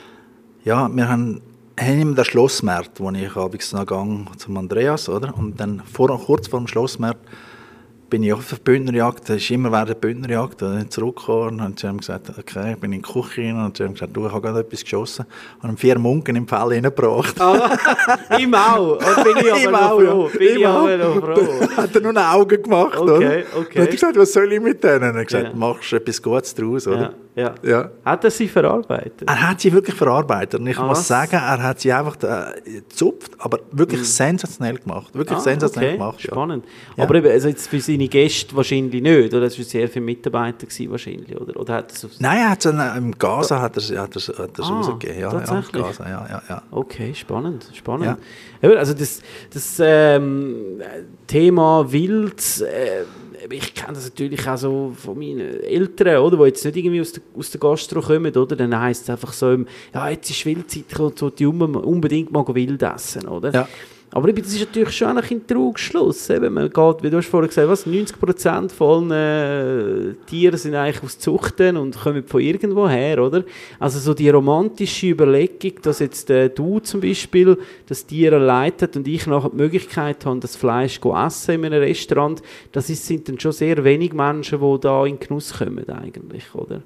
ja, wir haben haben immer den Schlossmarkt, wo ich abends noch gehe zum Andreas, oder? Und dann vor, kurz vor dem Schlossmarkt bin ich auf der Bündnerjagd, das ist immer während der Bündnerjagd, da bin ich zurückgekommen und sie haben gesagt, okay, ich bin in die Küche rein und sie haben gesagt, du, ich habe gerade etwas geschossen und haben vier Munken im Fell reingebracht. Ah, ihm auch, und bin ich aber noch froh, bin ich aber noch froh. Hat er nur ein Auge gemacht, okay, oder? Okay. Dann hat er gesagt, was soll ich mit denen? Und er hat gesagt, ja. Machst du etwas Gutes draus, oder? Ja. Ja. Ja. Hat er sie verarbeitet? Er hat sie wirklich verarbeitet. Und ich Ah, muss was? sagen, er hat sie einfach äh, gezupft, aber wirklich Mhm. sensationell gemacht. Wirklich Ah, sensationell okay. gemacht. Ja. Spannend. Ja. Aber eben, also jetzt für seine Gäste wahrscheinlich nicht, oder? Das war sehr viele Mitarbeiter gewesen, wahrscheinlich, oder? Oder hat es auf... Nein, er hat es äh, im Gaza hat er, hat er, hat er Ah, rausgegeben. Ja, tatsächlich? Ja, Gaza, ja, ja, ja. Okay, spannend, spannend. Ja. Eben, also das, das ähm, Thema Wild, äh, ich kenne das natürlich auch so von meinen Eltern, oder, die jetzt nicht irgendwie aus der, aus der Gastro kommen, oder? Dann heisst es einfach so, ja, jetzt ist Wildzeit, ich will die unbedingt mal wild essen, oder? Ja. Aber das ist natürlich schon ein Trugschluss. Eben. Man geht, wie du hast vorhin gesagt, was, neunzig Prozent von allen äh, Tieren sind eigentlich aus Zuchten und kommen von irgendwo her, oder? Also so die romantische Überlegung, dass jetzt äh, du zum Beispiel das Tier leitet und ich nachher die Möglichkeit habe, das Fleisch zu essen in einem Restaurant, das ist, sind dann schon sehr wenig Menschen, die da in Genuss kommen eigentlich, oder?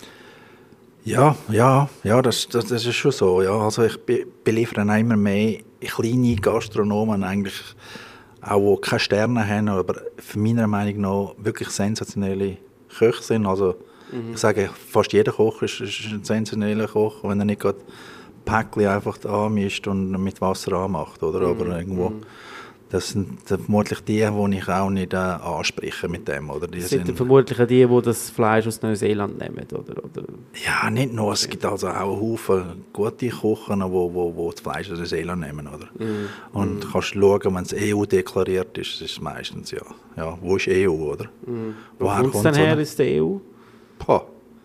Ja, ja, ja, das, das, das ist schon so. Ja. Also ich be beliefere immer mehr kleine Gastronomen, eigentlich auch die keine Sterne haben, aber für meiner Meinung nach wirklich sensationelle Köche sind. Also mhm. ich sage, fast jeder Koch ist, ist ein sensationeller Koch, wenn er nicht gerade Päckchen einfach anmischt und mit Wasser anmacht, oder? Mhm. Aber irgendwo, das sind vermutlich die, die ich auch nicht äh, anspreche mit dem, oder? Die das sind, sind vermutlich auch die, die das Fleisch aus Neuseeland nehmen, oder? oder? Ja, nicht nur. Es gibt also auch einen Haufen gute Kochen, die wo, wo, wo das Fleisch aus Neuseeland nehmen, oder? Mm. Und mm. kannst schauen, wenn es E U deklariert ist, ist es meistens ja. Ja, wo ist E U, oder? Mm. Wo kommt es denn her aus der E U? Pah.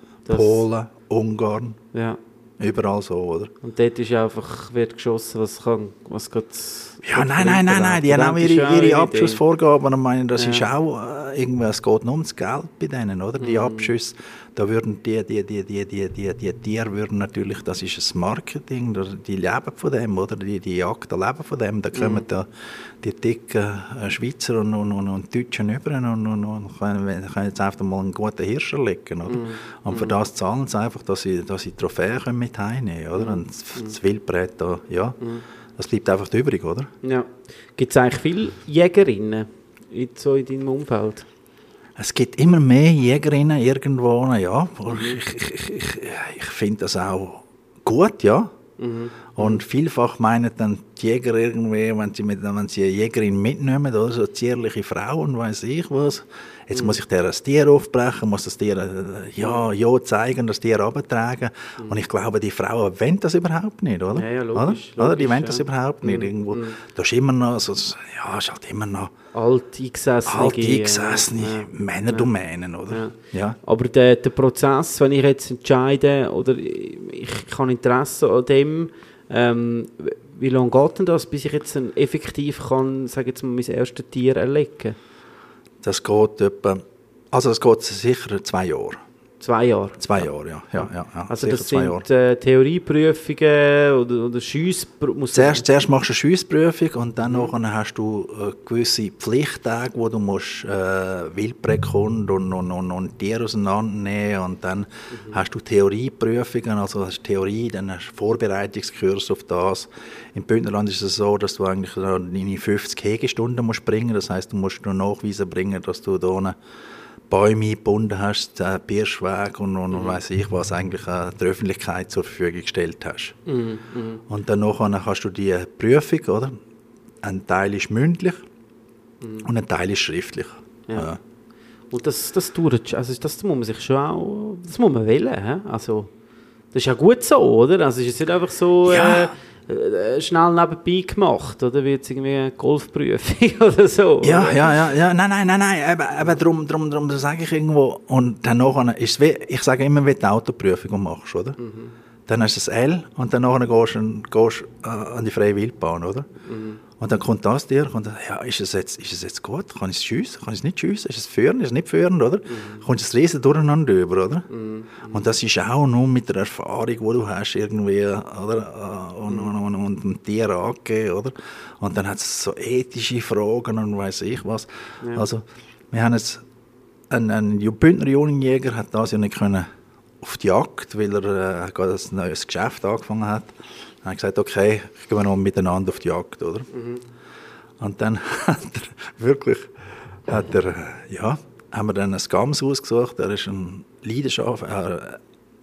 Polen, Ungarn. Ja. Überall so, oder? Und dort ist einfach, wird geschossen, was kann, was geht. Ja, nein, nein, nein, nein, die haben auch ihre, ihre Abschussvorgaben. Und meinen, das ja. ist auch äh, irgendwie, es geht nur ums Geld bei denen, oder? Die mhm. Abschüsse, da würden die, die, die, die, die, die, die Tiere würden natürlich, das ist ein Marketing, die leben von dem, oder? Die, die Jagden leben von dem, da kommen mhm. da die dicken äh, Schweizer und, und, und, und Deutschen rüber und, und, und können, können jetzt einfach mal einen guten Hirsch erlegen, oder? Mhm. Und für das zahlen sie einfach, dass sie, dass sie Trophäen mit heimnehmen, oder? Und das, das Wildbret da, ja. Mhm. Das bleibt einfach übrig, oder? Ja. Gibt es eigentlich viele Jägerinnen in, so in deinem Umfeld? Es gibt immer mehr Jägerinnen irgendwo, ja. Mhm. Ich, ich, ich, ich, ich finde das auch gut, ja. Mhm. Und vielfach meinen dann die Jäger irgendwie, wenn sie, mit, wenn sie eine Jägerin mitnehmen, oder so zierliche Frauen, weiss ich was. Jetzt mhm. muss ich der das Tier aufbrechen, muss das Tier ja, ja zeigen, das Tier runtertragen. Mhm. Und ich glaube, die Frauen wollen das überhaupt nicht, oder? Ja, ja, logisch, oder? logisch, oder? Die wollen ja. das überhaupt nicht. Irgendwo. Mhm. Da ist immer noch so, ja, ist halt immer noch alt eingesessene, alt eingesessene ja. Männerdomänen, ja. oder? Ja. Ja. Aber der, der Prozess, wenn ich jetzt entscheide, oder ich habe Interesse an dem, ähm, wie lange geht denn das, bis ich jetzt ein effektiv kann, sage jetzt mal, mein erstes Tier erlegen? Das geht etwa, also das geht sicher zwei Jahre. Zwei Jahre? Zwei Jahre, ja. ja, ja, ja. Also das sind äh, Theorieprüfungen oder, oder Schiessprüfungen? Zuerst, zuerst machst du eine Schiessprüfung und dann mhm. hast du äh, gewisse Pflichttage, wo du musst, äh, Wildbretkunde und, und, und, und Tiere auseinandernehmen und dann mhm. hast du Theorieprüfungen, also hast Theorie, dann hast du Vorbereitungskurs auf das. Im Bündnerland ist es so, dass du eigentlich deine fünfzig Hegestunden musst bringen, das heisst, du musst nur nachweisen bringen, dass du da Bäume eingebunden hast, äh, Birschweg und, und, und mhm. weiss ich was, eigentlich äh, der Öffentlichkeit zur Verfügung gestellt hast. Mhm. Mhm. Und dann nachher hast du die Prüfung, oder? Ein Teil ist mündlich mhm. und ein Teil ist schriftlich. Ja. Ja. Und das, das dauert, also das muss man sich schon auch, das muss man wählen, he? Also das ist ja gut so, oder? Also ist es nicht einfach so ja. äh, schnell nebenbei gemacht, oder wie jetzt irgendwie eine Golfprüfung oder so? Ja, oder? ja, ja, ja, nein, nein, nein, nein, eben, eben darum, darum, darum sage ich irgendwo, und dann nachher ist es wie, ich sage immer, wie die Autoprüfung machst, oder? Mhm. Dann hast du das L und dann nachher gehst du gehst, äh, an die freie Wildbahn, oder? Mhm. Und dann kommt das dir, und dann, ja, ist es jetzt, ist es jetzt gut? Kann ich es schiessen? Kann ich es nicht schiessen? Ist es führend? Ist es nicht führend, oder? Mhm. Kommt das riesen Durcheinander drüber, oder? Mhm. Und das ist auch nur mit der Erfahrung, die du hast, irgendwie, oder? Und, und, und, und dem Tier angegeben, oder? Und dann hat es so ethische Fragen und weiss ich was. Ja. Also, wir haben jetzt, ein, ein Bündner Jungjäger hat das ja nicht können auf die Jagd, weil er äh, gerade ein neues Geschäft angefangen hat. Dann habe ich gesagt, okay, gehen wir noch miteinander auf die Jagd, oder? Mhm. Und dann hat er wirklich, hat er, ja, haben wir dann ein Gams ausgesucht. Er ist ein Leidenschaft, er,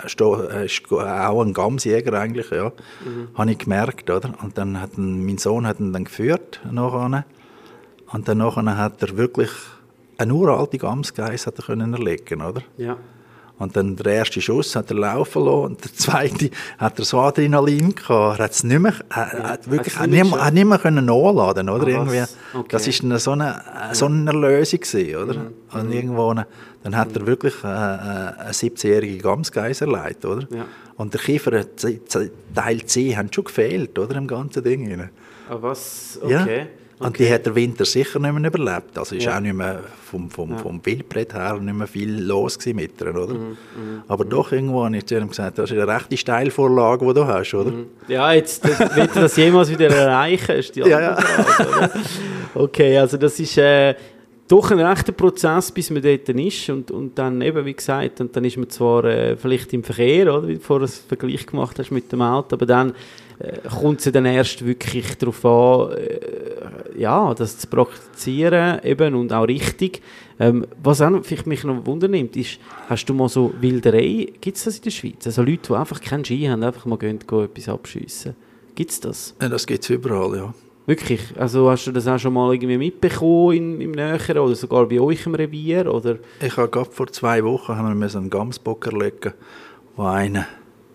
sto- ist auch ein Gamsjäger eigentlich, ja. Mhm. Habe ich gemerkt, oder? Und dann hat ihn, mein Sohn hat ihn dann geführt nachher. Und dann nachher hat er wirklich eine uralte Gamsgeiss hat er können erlegen, oder? Ja. Und dann der erste Schuss hat er laufen lassen und der zweite hat er so Adrenalin gehabt. Er hat es nicht mehr, er, ja. hat wirklich, hat nicht, mehr, hat nicht mehr können nachladen, oder? Ah, irgendwie. Okay. Das ist eine, so, eine, so eine Erlösung gewesen, oder? Mhm. Und irgendwo, dann hat er wirklich äh, eine siebzehnjährige Gamsgeiss erleidet, oder? Ja. Und der Kiefer, Teil C, hat schon gefehlt, oder? Im ganzen Ding. Ah, was? Okay. Ja. Und okay. Die hat der Winter sicher nicht mehr überlebt. Also ist ja. auch nicht mehr vom, vom, ja. vom Wildbret her nicht mehr viel los mit ihr, oder? Mhm. Aber mhm. doch irgendwo habe ich zu ihm gesagt, das ist eine rechte Steilvorlage, die du hast, oder? Mhm. Ja, jetzt wird das jemals wieder erreichen, ist die andere ja, ja. Frage, oder? Okay, also das ist äh, doch ein rechter Prozess, bis man dort ist und, und dann eben, wie gesagt, und dann ist man zwar äh, vielleicht im Verkehr, oder, wie du vorher einen Vergleich gemacht hast mit dem Auto, aber dann äh, kommt es dann erst wirklich darauf an, äh, ja, das zu praktizieren eben und auch richtig. Ähm, was auch noch, vielleicht mich noch wundernimmt, ist, hast du mal so Wilderei, gibt es das in der Schweiz? Also Leute, die einfach keinen Ski haben, einfach mal gehen, gehen etwas abschiessen. Gibt es das? Ja, das gibt es überall, ja. Wirklich? Also hast du das auch schon mal irgendwie mitbekommen in, im Näheren oder sogar bei euch im Revier? Oder? Ich habe gerade vor zwei Wochen haben wir einen Gamsbock erlegen, wo einer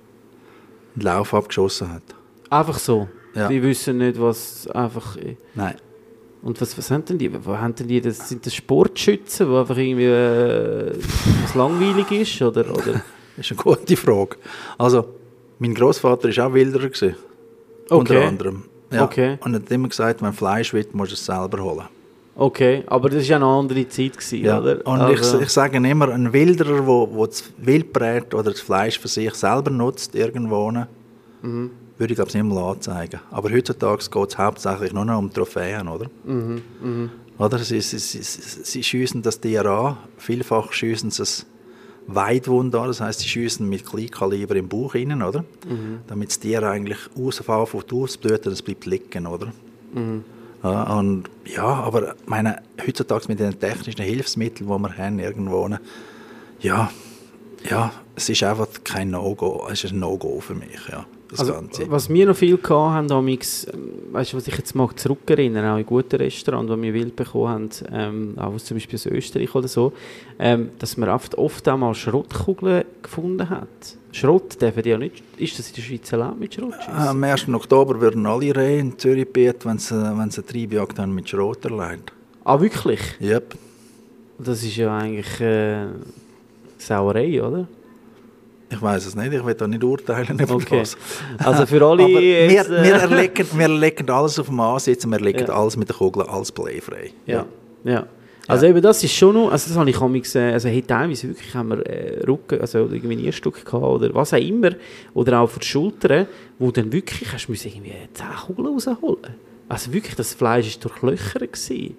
einen Lauf abgeschossen hat. Einfach so? Ja. Die wissen nicht, was einfach... Nein. Und was, was haben denn die? Wo haben denn die das, sind das Sportschützen, wo einfach irgendwie äh, was langweilig ist? Oder, oder? Das ist eine gute Frage. Also, mein Grossvater war auch Wilderer gewesen, okay. Unter anderem. Ja. Okay. Und er hat immer gesagt, wenn Fleisch wird, musst du es selber holen. Okay, aber das war ja eine andere Zeit gewesen, ja. oder? Und also. ich, ich sage immer, ein Wilderer, der wo, wo das Wildbret oder das Fleisch für sich selber nutzt, irgendwo, mhm. würde ich glaube ich nicht mal anzeigen. Aber heutzutage geht es hauptsächlich nur noch um Trophäen, oder? Mhm. Mhm. Oder? Sie, sie, sie, sie schiessen das Tier an, vielfach schiessen sie es Weidwund an, das heisst, sie schiessen mit Kleinkaliber im Bauch rein, oder? Mhm. Damit das Tier eigentlich rausfällt von ausblüht und es bleibt liegen, oder? Mhm. Ja, und, ja, aber meine, heutzutage mit den technischen Hilfsmitteln, die wir haben, irgendwo, ja, ja, es ist einfach kein No-Go, es ist ein No-Go für mich, ja. Das also, Ganze. Was wir noch viel hatten, damals, weißt du, was ich jetzt mag zurückerinnere, auch in guten Restaurants, die wir wild bekommen haben, ähm, auch zum Beispiel aus Österreich oder so, ähm, dass man oft, oft auch mal Schrottkugeln gefunden hat. Schrott dürfen die ja nicht. Ist das in der Schweiz erlaubt mit Schrott? Am ersten Oktober würden alle Rehe in Zürich bieten, wenn sie, wenn sie eine Treibjagd haben mit Schrott erleidet. Ah, wirklich? Yep. Das ist ja eigentlich äh, Sauerei, oder? Ich weiß es nicht, ich will da nicht urteilen über okay. das. Also für alle Aber wir, jetzt, äh... wir, erlegen, wir erlegen alles auf dem Ansatz, wir erlegen ja. alles mit der Kugel, alles bleifrei. Ja, ja. ja. Also ja. eben das ist schon noch, also das habe ich auch gesehen, also hey, teilweise wirklich haben wir äh, Rücken, also irgendwie Nierstück gehabt oder was auch immer, oder auch für die Schultern, wo dann wirklich hast du irgendwie zehn Kugeln rausholen. Also wirklich, das Fleisch war durchlöchert gewesen.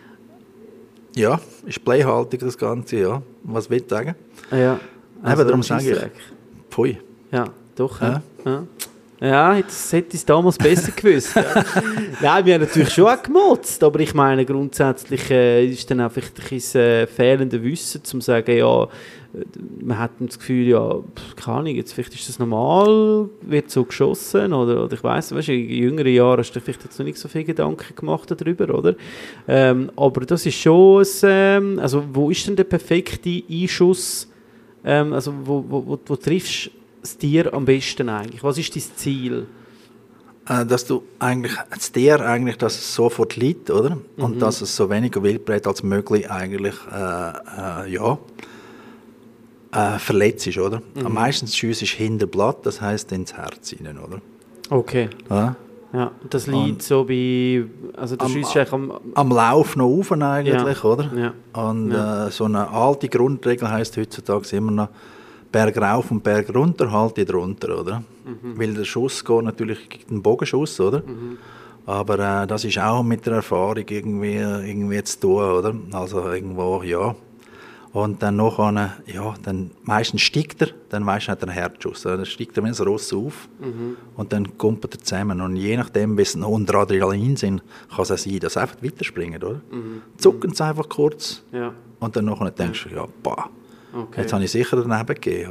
Ja, ist bleihaltig das Ganze, ja. Was will ich sagen? Ja. Also eben, darum sage ich, pfui. Ja, doch. Ja, ja. ja das hätte ich damals besser gewusst. Ja. Nein, wir haben natürlich schon auch gemotzt, aber ich meine, grundsätzlich äh, ist dann einfach ein äh, fehlendes Wissen, um zu sagen, ja, man hat das Gefühl, ja, keine Ahnung, jetzt vielleicht ist das normal, wird so geschossen, oder, oder ich weiss, weißt du, in jüngeren Jahren hast du vielleicht jetzt noch nicht so viele Gedanken gemacht darüber, oder? Ähm, aber das ist schon, ein, ähm, also wo ist denn der perfekte Einschuss? Ähm, also wo, wo, wo, wo triffst du das Tier am besten eigentlich? Was ist dein Ziel? Äh, dass du eigentlich, das Tier eigentlich, dass es sofort liegt, oder? Und mhm. dass es so wenig Wildbret als möglich eigentlich, äh, äh, ja, äh, verletzt ist, oder? Mhm. Am meisten schiessest du hinter Blatt, das heisst ins Herz hinein, oder? Okay. Ja. Ja, das liegt und so bei, also du schießt eigentlich am... Am Lauf noch rauf eigentlich, ja. oder? Ja. Und ja. Äh, so eine alte Grundregel heisst heutzutage immer noch Berg rauf und Berg runter, halte drunter, oder? Mhm. Weil der Schuss geht natürlich gegen den Bogenschuss, oder? Mhm. Aber äh, das ist auch mit der Erfahrung irgendwie, irgendwie zu tun, oder? Also irgendwo, ja. Und dann noch eine, ja, dann meistens steigt er, dann weisst du, hat er einen Herzschuss. Dann steigt er wie ein Ross auf mhm. und dann kumpelt er zusammen. Und je nachdem, wie sie noch unter Adrenalin sind, kann es auch sein, dass sie einfach weiterspringen, oder? Mhm. Zucken sie einfach kurz ja. und dann nachher denkst du, ja, bah, okay. jetzt habe ich sicher daneben gegeben, oder?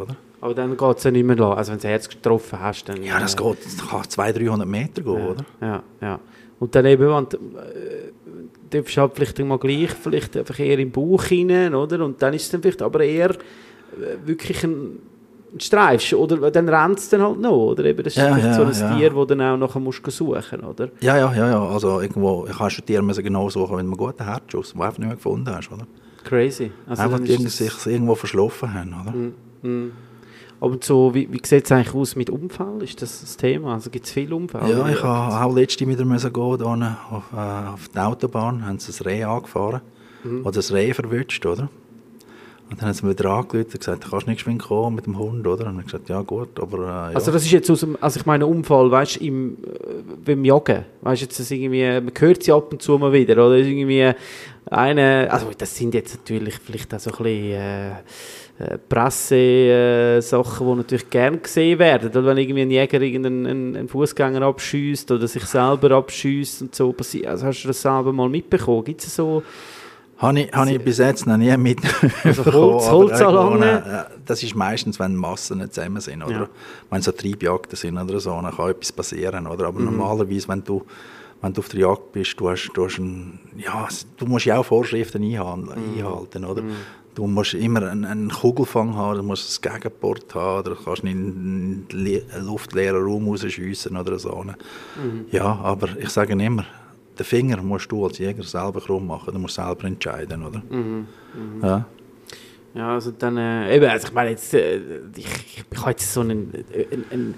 Aber dann geht es ja nicht mehr lang. Also wenn du das Herz getroffen hast, dann... Ja, das geht, das kann zweihundert, dreihundert Meter gehen, ja, oder? Ja, ja. Und dann eben, wenn du, äh, darfst du halt vielleicht mal gleich, vielleicht einfach eher im Bauch hinein, oder? Und dann ist es dann vielleicht aber eher äh, wirklich ein, ein Streif, oder? Dann rennt es dann halt noch, oder? Eben, das ist ja, vielleicht ja, so ein ja. Tier, das dann auch nachher musst suchen, oder? Ja, ja, ja, ja. Also irgendwo, ich kannst du dir genau suchen, wenn du einen guten Herzschuss, den du einfach nicht mehr gefunden hast, oder? Crazy. Also einfach die das... sich irgendwo verschlafen haben, oder? Mm, mm. Aber so, wie, wie sieht es eigentlich aus mit Unfällen? Ist das das Thema? Also gibt es viele Unfälle? Ja, ich habe auch letzte wieder müssen gehen, da auf, äh, auf die Autobahn, haben sie ein Reh angefahren, mhm. oder das Reh verwünscht, oder? Und dann haben sie mir wieder angerufen und gesagt, du kannst nicht geschwind kommen mit dem Hund, oder? Und ich habe gesagt, ja gut, aber äh, ja. Also das ist jetzt aus dem, also ich meine Unfall, weißt du, im, äh, beim Joggen, weißt du, jetzt das irgendwie, man hört sie ab und zu mal wieder, oder ist irgendwie eine, also das sind jetzt natürlich vielleicht auch so ein bisschen äh, äh, Presse-Sachen, äh, die natürlich gern gesehen werden, oder wenn irgendwie ein Jäger irgendeinen einen, einen Fußgänger abschießt oder sich selber abschießt und so passiert. Also hast du das selber mal mitbekommen? Gibt es so... Habe ich, habe ich bis jetzt noch nie mit also Holz, Holzanlangen? Das ist meistens, wenn Massen nicht zusammen sind, oder? Ja. Wenn so Treibjagden sind oder so, dann kann etwas passieren, oder? Aber mhm. normalerweise, wenn du, wenn du auf der Jagd bist, du, hast, du, hast ein, ja, du musst ja auch Vorschriften einhalten, mhm. einhalten oder? Mhm. Du musst immer einen, einen Kugelfang haben, du musst ein Gegenport haben, oder du kannst nicht in einen luftleeren Raum rausschiessen oder so. Mhm. Ja, aber ich sage immer, den Finger musst du als Jäger selber krumm machen, du musst selber entscheiden, oder? Mhm. Mhm. Ja. Ja, also dann, äh, eben, also ich meine jetzt, äh, ich, ich habe jetzt so einen, einen, einen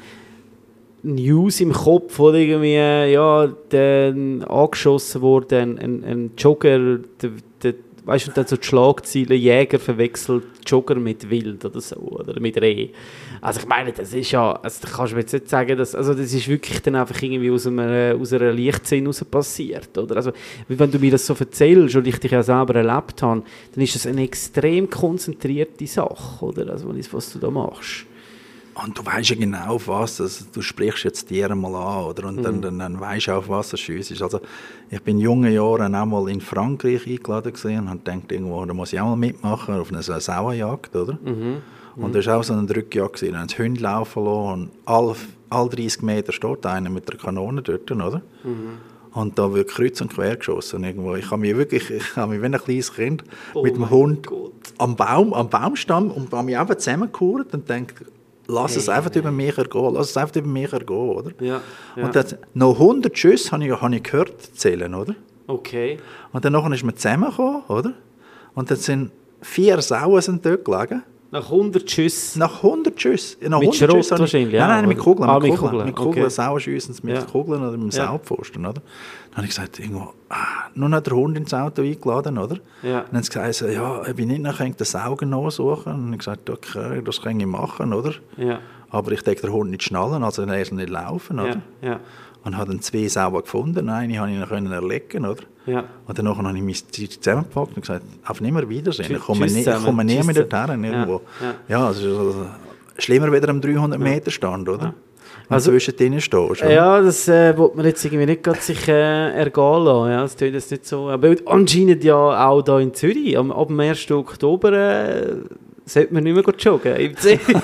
News im Kopf, wo irgendwie, ja, dann angeschossen wurde, ein, ein, ein Jogger, der, der, weißt du, dann so die Schlagzeilen, Jäger verwechselt Jogger mit Wild oder so, oder mit Reh. Also ich meine, das ist ja, also da kannst du mir jetzt nicht sagen, dass, also das ist wirklich dann einfach irgendwie aus einer, aus einer Leichtsinn raus passiert, oder? Also wenn du mir das so erzählst und ich dich ja selber erlebt habe, dann ist das eine extrem konzentrierte Sache, oder? Also was du da machst. Und du weißt ja genau, auf was, also, du sprichst jetzt Tiere mal an, oder? Und mhm. dann, dann, dann weisst du auch, auf was das schiessest. Also, ich bin in jungen Jahren auch mal in Frankreich eingeladen gewesen und habe gedacht, irgendwo, da muss ich auch mal mitmachen, auf einer Sauerjagd, oder? Mhm. Mhm. Und da war auch so eine Drückjagd gewesen. Da haben sie Hunde laufen lassen und alle, alle dreißig Meter steht einer mit der Kanone dort, oder? Mhm. Und da wird kreuz und quer geschossen irgendwo. Ich habe mich wirklich, ich habe mich wie ein kleines Kind oh mit dem Hund Gott. am Baum, am Baumstamm und habe mich einfach zusammengekauert und denkt, lass hey, es einfach hey. über mich ergehen, lass es einfach über mich ergehen, oder? Ja, ja. Und das, noch hundert Schüsse habe ich, habe ich gehört zählen, oder? Okay. Und dann ist man zusammengekommen, oder? Und dann sind vier Sauen sind dort gelegen. Nach hundert Schüssen? Nach hundert Schüssen. Nach mit hundert Schrot Schüssen wahrscheinlich? Ich, nein, nein, mit Kugeln. Ah, mit mit Kugeln, Kugeln. mit Kugeln okay. Sauen schiessen sie mit ja. Kugeln oder mit dem ja. Saupfosten, oder? Dann habe ich gesagt, irgendwo, ah, nun hat der Hund ins Auto eingeladen, oder? Ja. Dann haben sie gesagt, ja, ich bin nicht nachher den Saugen nachsuchen. Und dann habe ich gesagt, okay, das kann ich machen, oder? Ja. Aber ich denke, der Hund nicht schnallen, also er erst nicht laufen, oder? Ja. Ja. Und habe dann zwei Sauen gefunden, eine konnte ich noch erlegen, oder? Ja. Und dann habe ich meine Zeit zusammengepackt und gesagt, auf nicht mehr Wiedersehen, ich komme nie, komme nie mehr dorthin irgendwo. Ja, ja. ja also, also, schlimmer wieder am dreihundert Meter Stand, oder? Ja. Also zwischen denen stehst du. Ja, das äh, wollte man jetzt irgendwie nicht gerade sich äh, ergehen lassen. Ja, das tut jetzt nicht so. Aber anscheinend ja auch hier in Zürich, am, ab dem ersten Oktober äh, sollte man nicht mehr joggen im,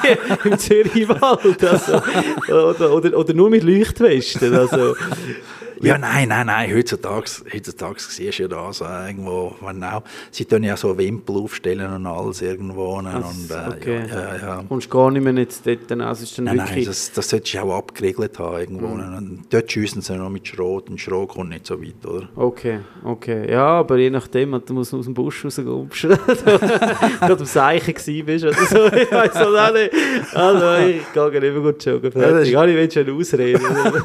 im Zürichwald. Also, oder, oder, oder nur mit Leuchtwesten. Also, ja, nein, nein, nein. Heutzutage, heutzutage siehst du ja das äh, irgendwo. Wenn auch, sie tun ja so Wimpel aufstellen und alles irgendwo. Und, also, und, äh, okay. ja, ja, ja. Kommst gar nicht mehr jetzt dort, also ist dann nein, wirklich... Nein, das, das solltest du auch abgeriegelt haben irgendwo. Mhm. Und dort schiessen sie noch mit Schrot. Und Schrot kommt nicht so weit, oder? Okay, okay. Ja, aber je nachdem, du musst aus dem Busch rauskommen. Gerade am Seichen gewesen bist oder so. Ich weiss auch nicht. Also, ich gehe nicht mehr gut joggen. Fertig. Ja, ich will schon ausreden.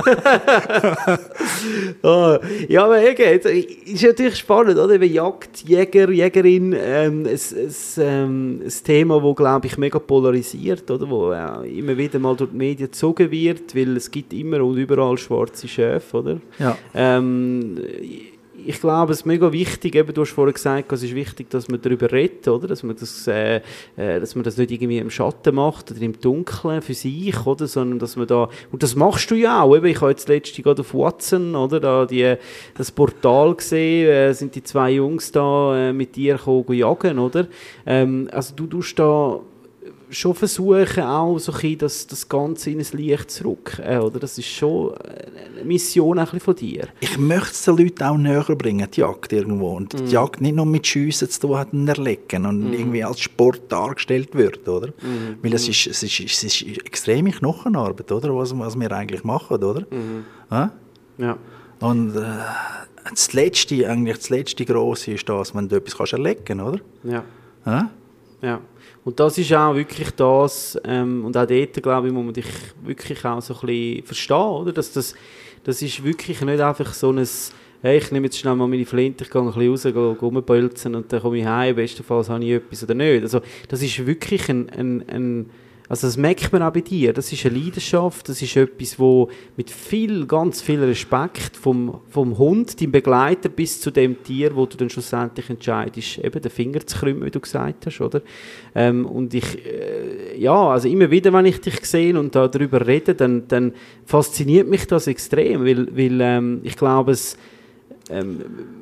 Oh, ja, aber okay, ist natürlich spannend, oder? Wie Jagd, Jäger, Jägerin, ähm, ein, ein, ähm, ein Thema, das, glaube ich, mega polarisiert, oder? Wo äh, immer wieder mal durch die Medien gezogen wird, weil es gibt immer und überall schwarze Schäfe, oder? Ja. Ähm, ich glaube, es ist mega wichtig, eben, du hast vorhin gesagt, es ist wichtig, dass man darüber redet, oder? Dass man das, äh, dass man das nicht irgendwie im Schatten macht oder im Dunkeln für sich, oder? Sondern dass man da, und das machst du ja auch, eben, ich habe jetzt letztens gerade auf Watson, oder, da die, das Portal gesehen, äh, sind die zwei Jungs da äh, mit dir gekommen, jagen, oder? Ähm, also du tust da schon versuchen, auch so ein bisschen das, das Ganze in ein Licht zu rücken. Äh, oder? Das ist schon eine Mission ein bisschen von dir. Ich möchte es den Leuten auch näher bringen, die Jagd irgendwo. Und mm. die Jagd nicht nur mit Schiessen zu tun hat und Erlegen und mm. irgendwie als Sport dargestellt wird, oder? Mm. Weil es ist, es, ist, es ist extreme Knochenarbeit, oder? Was, was wir eigentlich machen, oder? Mm. Ja? Ja. Und äh, das Letzte, eigentlich das letzte Grosse ist das, wenn du etwas kannst erlegen, oder? Ja. Ja? Ja. Und das ist auch wirklich das, ähm, und auch dort, glaube ich, muss man dich wirklich auch so ein bisschen verstehen, oder? Dass das, das ist wirklich nicht einfach so ein, hey, ich nehme jetzt schnell mal meine Flinte, ich gehe ein bisschen raus, gehe, gehe rumbölzen und dann komme ich heim, bestenfalls habe ich etwas oder nicht. Also das ist wirklich ein, ein, ein also das merkt man auch bei dir, das ist eine Leidenschaft, das ist etwas, wo mit viel, ganz viel Respekt vom, vom Hund, deinem Begleiter, bis zu dem Tier, wo du dann schlussendlich entscheidest, eben den Finger zu krümmen, wie du gesagt hast, oder? Ähm, und ich, äh, ja, also immer wieder, wenn ich dich sehe und da darüber rede, dann, dann fasziniert mich das extrem, weil, weil ähm, ich glaube, es ähm,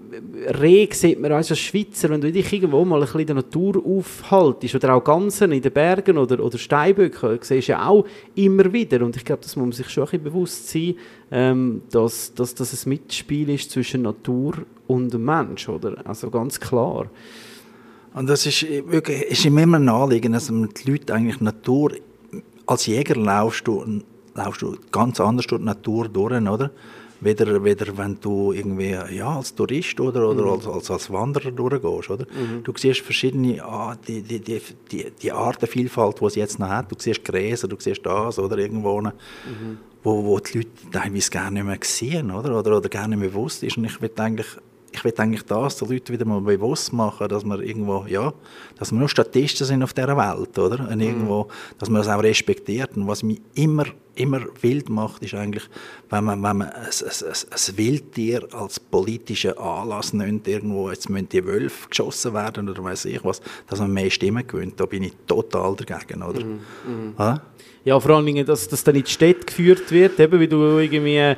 Reh sieht man als Schweizer, wenn du dich irgendwo mal ein bisschen in der Natur aufhaltest oder auch Gansen in den Bergen oder, oder Steinböcke, siehst du ja auch immer wieder. Und ich glaube, das muss man sich schon ein bisschen bewusst sein, ähm, dass, dass das ein Mitspiel ist zwischen Natur und dem Mensch, oder? Also ganz klar. Und das ist wirklich, ist immer ein Anliegen, dass die Leute eigentlich Natur, als Jäger laufst du, laufst du ganz anders durch die Natur durch, oder? Weder, weder wenn du irgendwie ja, als Tourist oder, oder mhm. als, als, als Wanderer durchgehst. Oder? Mhm. Du siehst verschiedene ah, die, die, die, die, die Artenvielfalt, die sie jetzt noch hat. Du siehst Gräser, du siehst das oder irgendwo, mhm. wo, wo die Leute teilweise gar nicht mehr sehen oder, oder, oder gar nicht mehr bewusst ist. Und ich will eigentlich, ich will eigentlich das den Leuten wieder mal bewusst machen, dass wir irgendwo, ja, dass wir nur Statisten sind auf dieser Welt, oder? Und irgendwo, dass man das auch respektiert. Und was mich immer immer wild macht, ist eigentlich, wenn man, wenn man ein, ein, ein Wildtier als politischen Anlass nimmt, irgendwo, jetzt müssen die Wölfe geschossen werden oder weiss ich was, dass man mehr Stimmen gewinnt. Da bin ich total dagegen, oder? Mm, mm. Ja? Ja, vor allen Dingen, dass das dann in die Städte geführt wird, eben, wie du irgendwie, äh,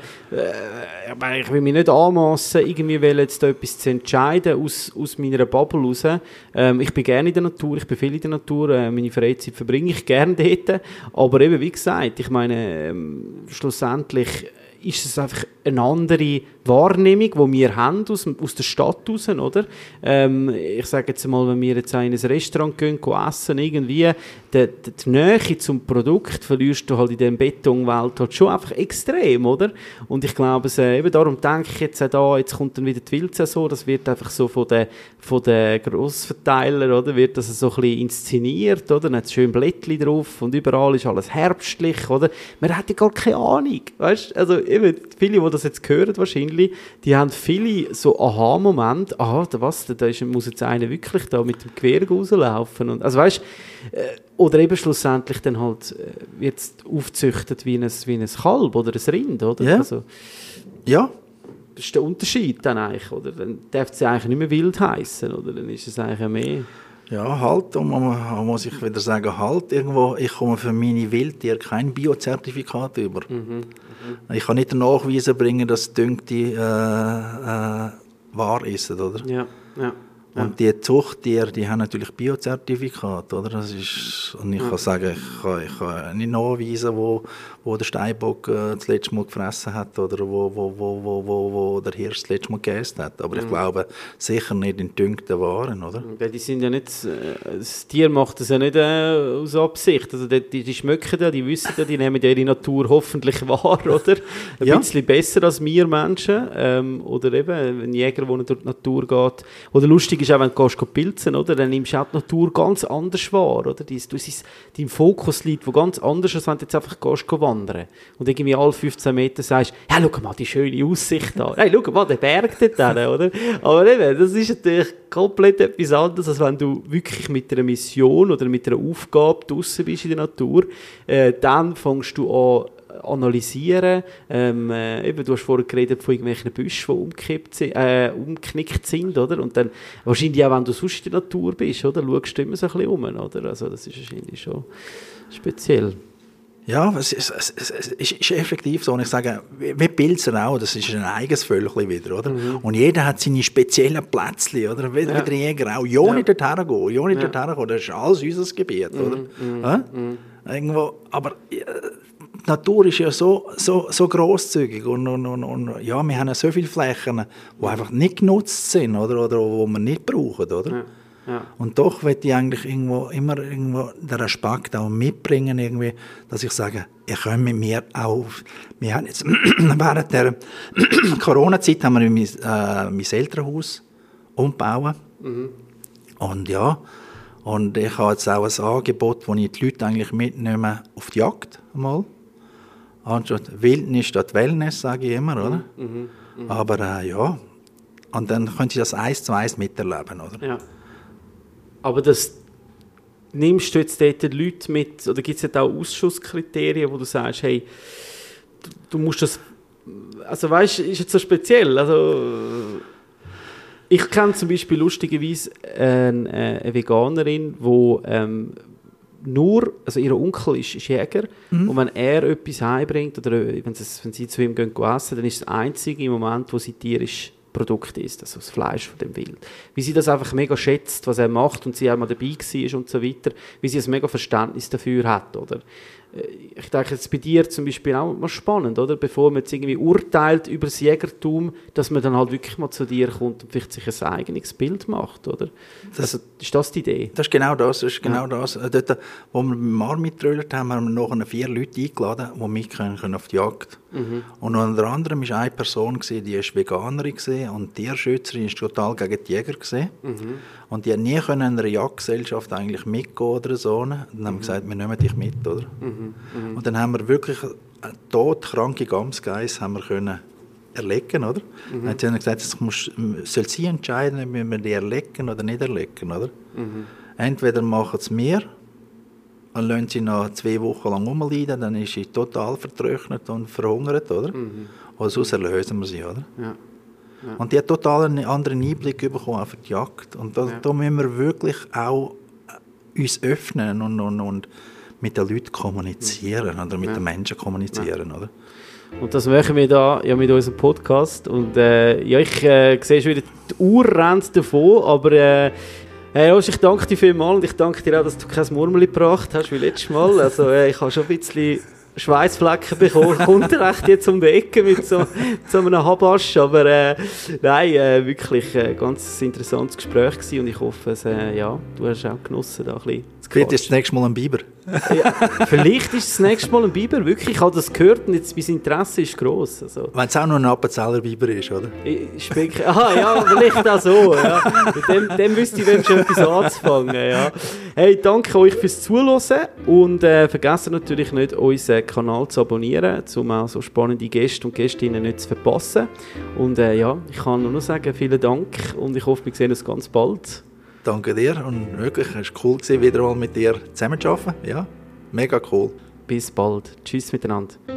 ich will mich nicht anmassen, irgendwie will jetzt da etwas zu entscheiden aus, aus meiner Bubble raus. Ähm, ich bin gerne in der Natur, ich bin viel in der Natur, äh, meine Freizeit verbringe ich gerne dort, aber eben, wie gesagt, ich meine, ähm, schlussendlich ist es einfach eine andere Wahrnehmung, die wir haben aus, aus der Stadt raus, oder? Ähm, ich sage jetzt mal, wenn wir jetzt in ein Restaurant gehen, gehen essen, irgendwie, die, die, die Nähe zum Produkt verlierst du halt in dieser Betonwelt halt schon einfach extrem, oder? Und ich glaube, äh, eben darum denke ich jetzt auch da, jetzt kommt dann wieder die Wildsaison, das wird einfach so von den, von den Grossverteilern, oder? Wird das so ein bisschen inszeniert, oder? Dann hat es schön Blättchen drauf und überall ist alles herbstlich, oder? Man hat ja gar keine Ahnung, weißt? Also eben, viele, die das jetzt hören wahrscheinlich, die haben viele so Aha-Momente, aha, was, da ist, muss jetzt einer wirklich da mit dem Gewehr rauslaufen. Und, also weißt, äh, oder eben schlussendlich dann halt äh, wird es aufgezüchtet wie ein, wie ein Kalb oder ein Rind, oder? Ja. Also, ja. Das ist der Unterschied dann eigentlich, oder? Dann darf es eigentlich nicht mehr wild heißen, oder? Dann ist es eigentlich mehr... Ja, halt, und man muss ich wieder sagen, halt, irgendwo, ich komme für meine Wildtiere kein Biozertifikat über. Mhm, mh. Ich kann nicht den Nachweis bringen, dass Dünkte äh, äh, wahr ist, oder? Ja, ja. Und die Zuchttiere, die haben natürlich Biozertifikat, oder? Das ist, und ich ja. kann sagen, ich kann, ich kann nicht nachweisen, wo, wo der Steinbock äh, das letzte Mal gefressen hat oder wo, wo, wo, wo, wo, wo der Hirsch das letzte Mal gegessen hat. Aber mhm. ich glaube, sicher nicht in dünkten Waren, oder? Ja, die sind ja nicht, das Tier macht das ja nicht äh, aus Absicht. Also die, die, die schmecken ja, die wissen ja, die nehmen ja ihre Natur hoffentlich wahr, oder? Ein ja. bisschen besser als wir Menschen. Ähm, oder eben ein Jäger, der durch die Natur geht. Oder lustig ist auch, wenn du gehst, pilzen, oder? Dann nimmst du auch die Natur ganz anders wahr, oder? Du, du, dein Fokus liegt wo ganz anders, als wenn du jetzt einfach gehst, wandern und irgendwie alle fünfzehn Meter sagst, ja, schau mal, die schöne Aussicht da. Hey, schau mal, der Berg dort hin, oder? Aber eben, das ist natürlich komplett etwas anderes, als wenn du wirklich mit einer Mission oder mit einer Aufgabe draussen bist in der Natur. Äh, dann fängst du an, analysieren. Ähm, äh, eben, du hast vorhin geredet von irgendwelchen Büschen, die umgekippt sind, äh, umgeknickt sind, oder? Und dann wahrscheinlich auch, wenn du sonst in der Natur bist, oder? Schaust du immer so ein bisschen um, oder? Also das ist wahrscheinlich schon speziell. Ja, es ist, es, es, es ist effektiv so. Und ich sage, wie Pilzer auch, das ist ein eigenes Völkchen wieder, oder? Mhm. Und jeder hat seine speziellen Plätzchen, oder? Wie, ja. wie der Jäger auch. Ja nicht ja. dorthin gehen, ja nicht ja. dorthin gehen, das ist alles unser Gebiet, mhm. oder? Mhm. Ja? Mhm. Irgendwo, aber äh, die Natur ist ja so, so, so grosszügig und, und, und, und ja, wir haben ja so viele Flächen, die einfach nicht genutzt sind, oder? Oder die wir nicht brauchen, oder? Ja. Ja. Und doch will ich eigentlich irgendwo, immer irgendwo den Respekt auch mitbringen, irgendwie, dass ich sage, ihr könnt mit mir auch, wir haben jetzt während der Corona-Zeit haben wir mein, äh, mein Elternhaus umbauen. Mhm. Und ja, und ich habe jetzt auch ein Angebot, wo ich die Leute eigentlich mitnehme auf die Jagd einmal. Anstatt Wildnis statt Wellness, sage ich immer, oder? Mhm. Mhm. Aber äh, ja, und dann können sie das eins zu eins miterleben, oder? Ja. Aber das nimmst du jetzt dort die Leute mit, oder gibt es jetzt auch Ausschusskriterien, wo du sagst, hey, du, du musst das, also weißt du, ist jetzt so speziell, also ich kenne zum Beispiel lustigerweise eine, eine Veganerin, die ähm, nur, also ihr Onkel ist, ist Jäger, mhm. und wenn er etwas heimbringt, oder wenn sie, wenn sie zu ihm gehen essen, dann ist das einzige im Moment, wo sie tierisch Produkt ist, also das Fleisch von dem Wild. Wie sie das einfach mega schätzt, was er macht und sie auch mal dabei war und so weiter, wie sie ein mega Verständnis dafür hat, oder? Ich denke, jetzt bei dir zum Beispiel auch mal spannend, oder? Bevor man jetzt irgendwie urteilt über das Jägertum, dass man dann halt wirklich mal zu dir kommt und vielleicht sich ein eigenes Bild macht, oder? Das, also, ist das die Idee? Das ist genau das, das ist genau ja. das. Dort, wo wir beim Mar mitgetröllert haben, haben wir noch vier Leute eingeladen, die mitkommen können auf die Jagd. Mhm. Und unter anderem war eine Person, die war Veganerin und Tierschützerin, ist total gegen die Jäger. Mhm. Und die nie können in einer Jagdgesellschaft eigentlich mitgehen oder so. Und dann haben wir mhm. gesagt, wir nehmen dich mit, oder? Mhm. Mhm. Und dann haben wir wirklich eine todkranke Gamsgeiss haben wir können erlegen, oder? Mhm. Dann hat sie gesagt, es muss, soll sie entscheiden, ob wir die erlegen oder nicht erlegen, oder? Mhm. Entweder machen sie wir und lassen sie noch zwei Wochen lang rumleiden, dann ist sie total vertrocknet und verhungert, oder? Mhm. Oder sonst erlösen wir sie, oder? Ja. Ja. Und die hat total einen anderen Einblick bekommen auf die Jagd. Und da, ja. da müssen wir wirklich auch uns öffnen und, und, und mit den Leuten kommunizieren oder mit ja. den Menschen kommunizieren. Ja. Oder? Und das machen wir da ja mit unserem Podcast. Und äh, ja, ich äh, sehe schon wieder, die Uhr rennt davon, aber äh, hey, Rosch, ich danke dir vielmals und ich danke dir auch, dass du kein Murmeli gebracht hast wie letztes Mal. Also äh, ich habe schon ein bisschen Schweißflecken bekommen, kommt er echt jetzt um die Ecke mit so, so einem Habasch, aber äh, nein, äh, wirklich ein äh, ganz interessantes Gespräch gewesen und ich hoffe, es, äh, ja, du hast auch genossen, da ein bisschen zu Vielleicht ist das nächste Mal ein Biber. Ja, vielleicht ist das nächste Mal ein Biber, wirklich, ich habe das gehört und jetzt, mein Interesse ist gross. Also. Wenn es auch noch ein Appenzeller Biber ist, oder? Speck, aha, ja, vielleicht auch so, ja. Mit dem, dem wüsste ich, wenn schon etwas anzufangen, ja. Hey, danke euch fürs Zuhören und äh, vergesst natürlich nicht, unseren Kanal zu abonnieren, um auch so spannende Gäste und Gästinnen nicht zu verpassen. Und äh, ja, ich kann nur noch sagen, vielen Dank und ich hoffe, wir sehen uns ganz bald. Danke dir und wirklich, es war cool, wieder mal mit dir zusammenzuarbeiten. Ja, mega cool. Bis bald. Tschüss miteinander.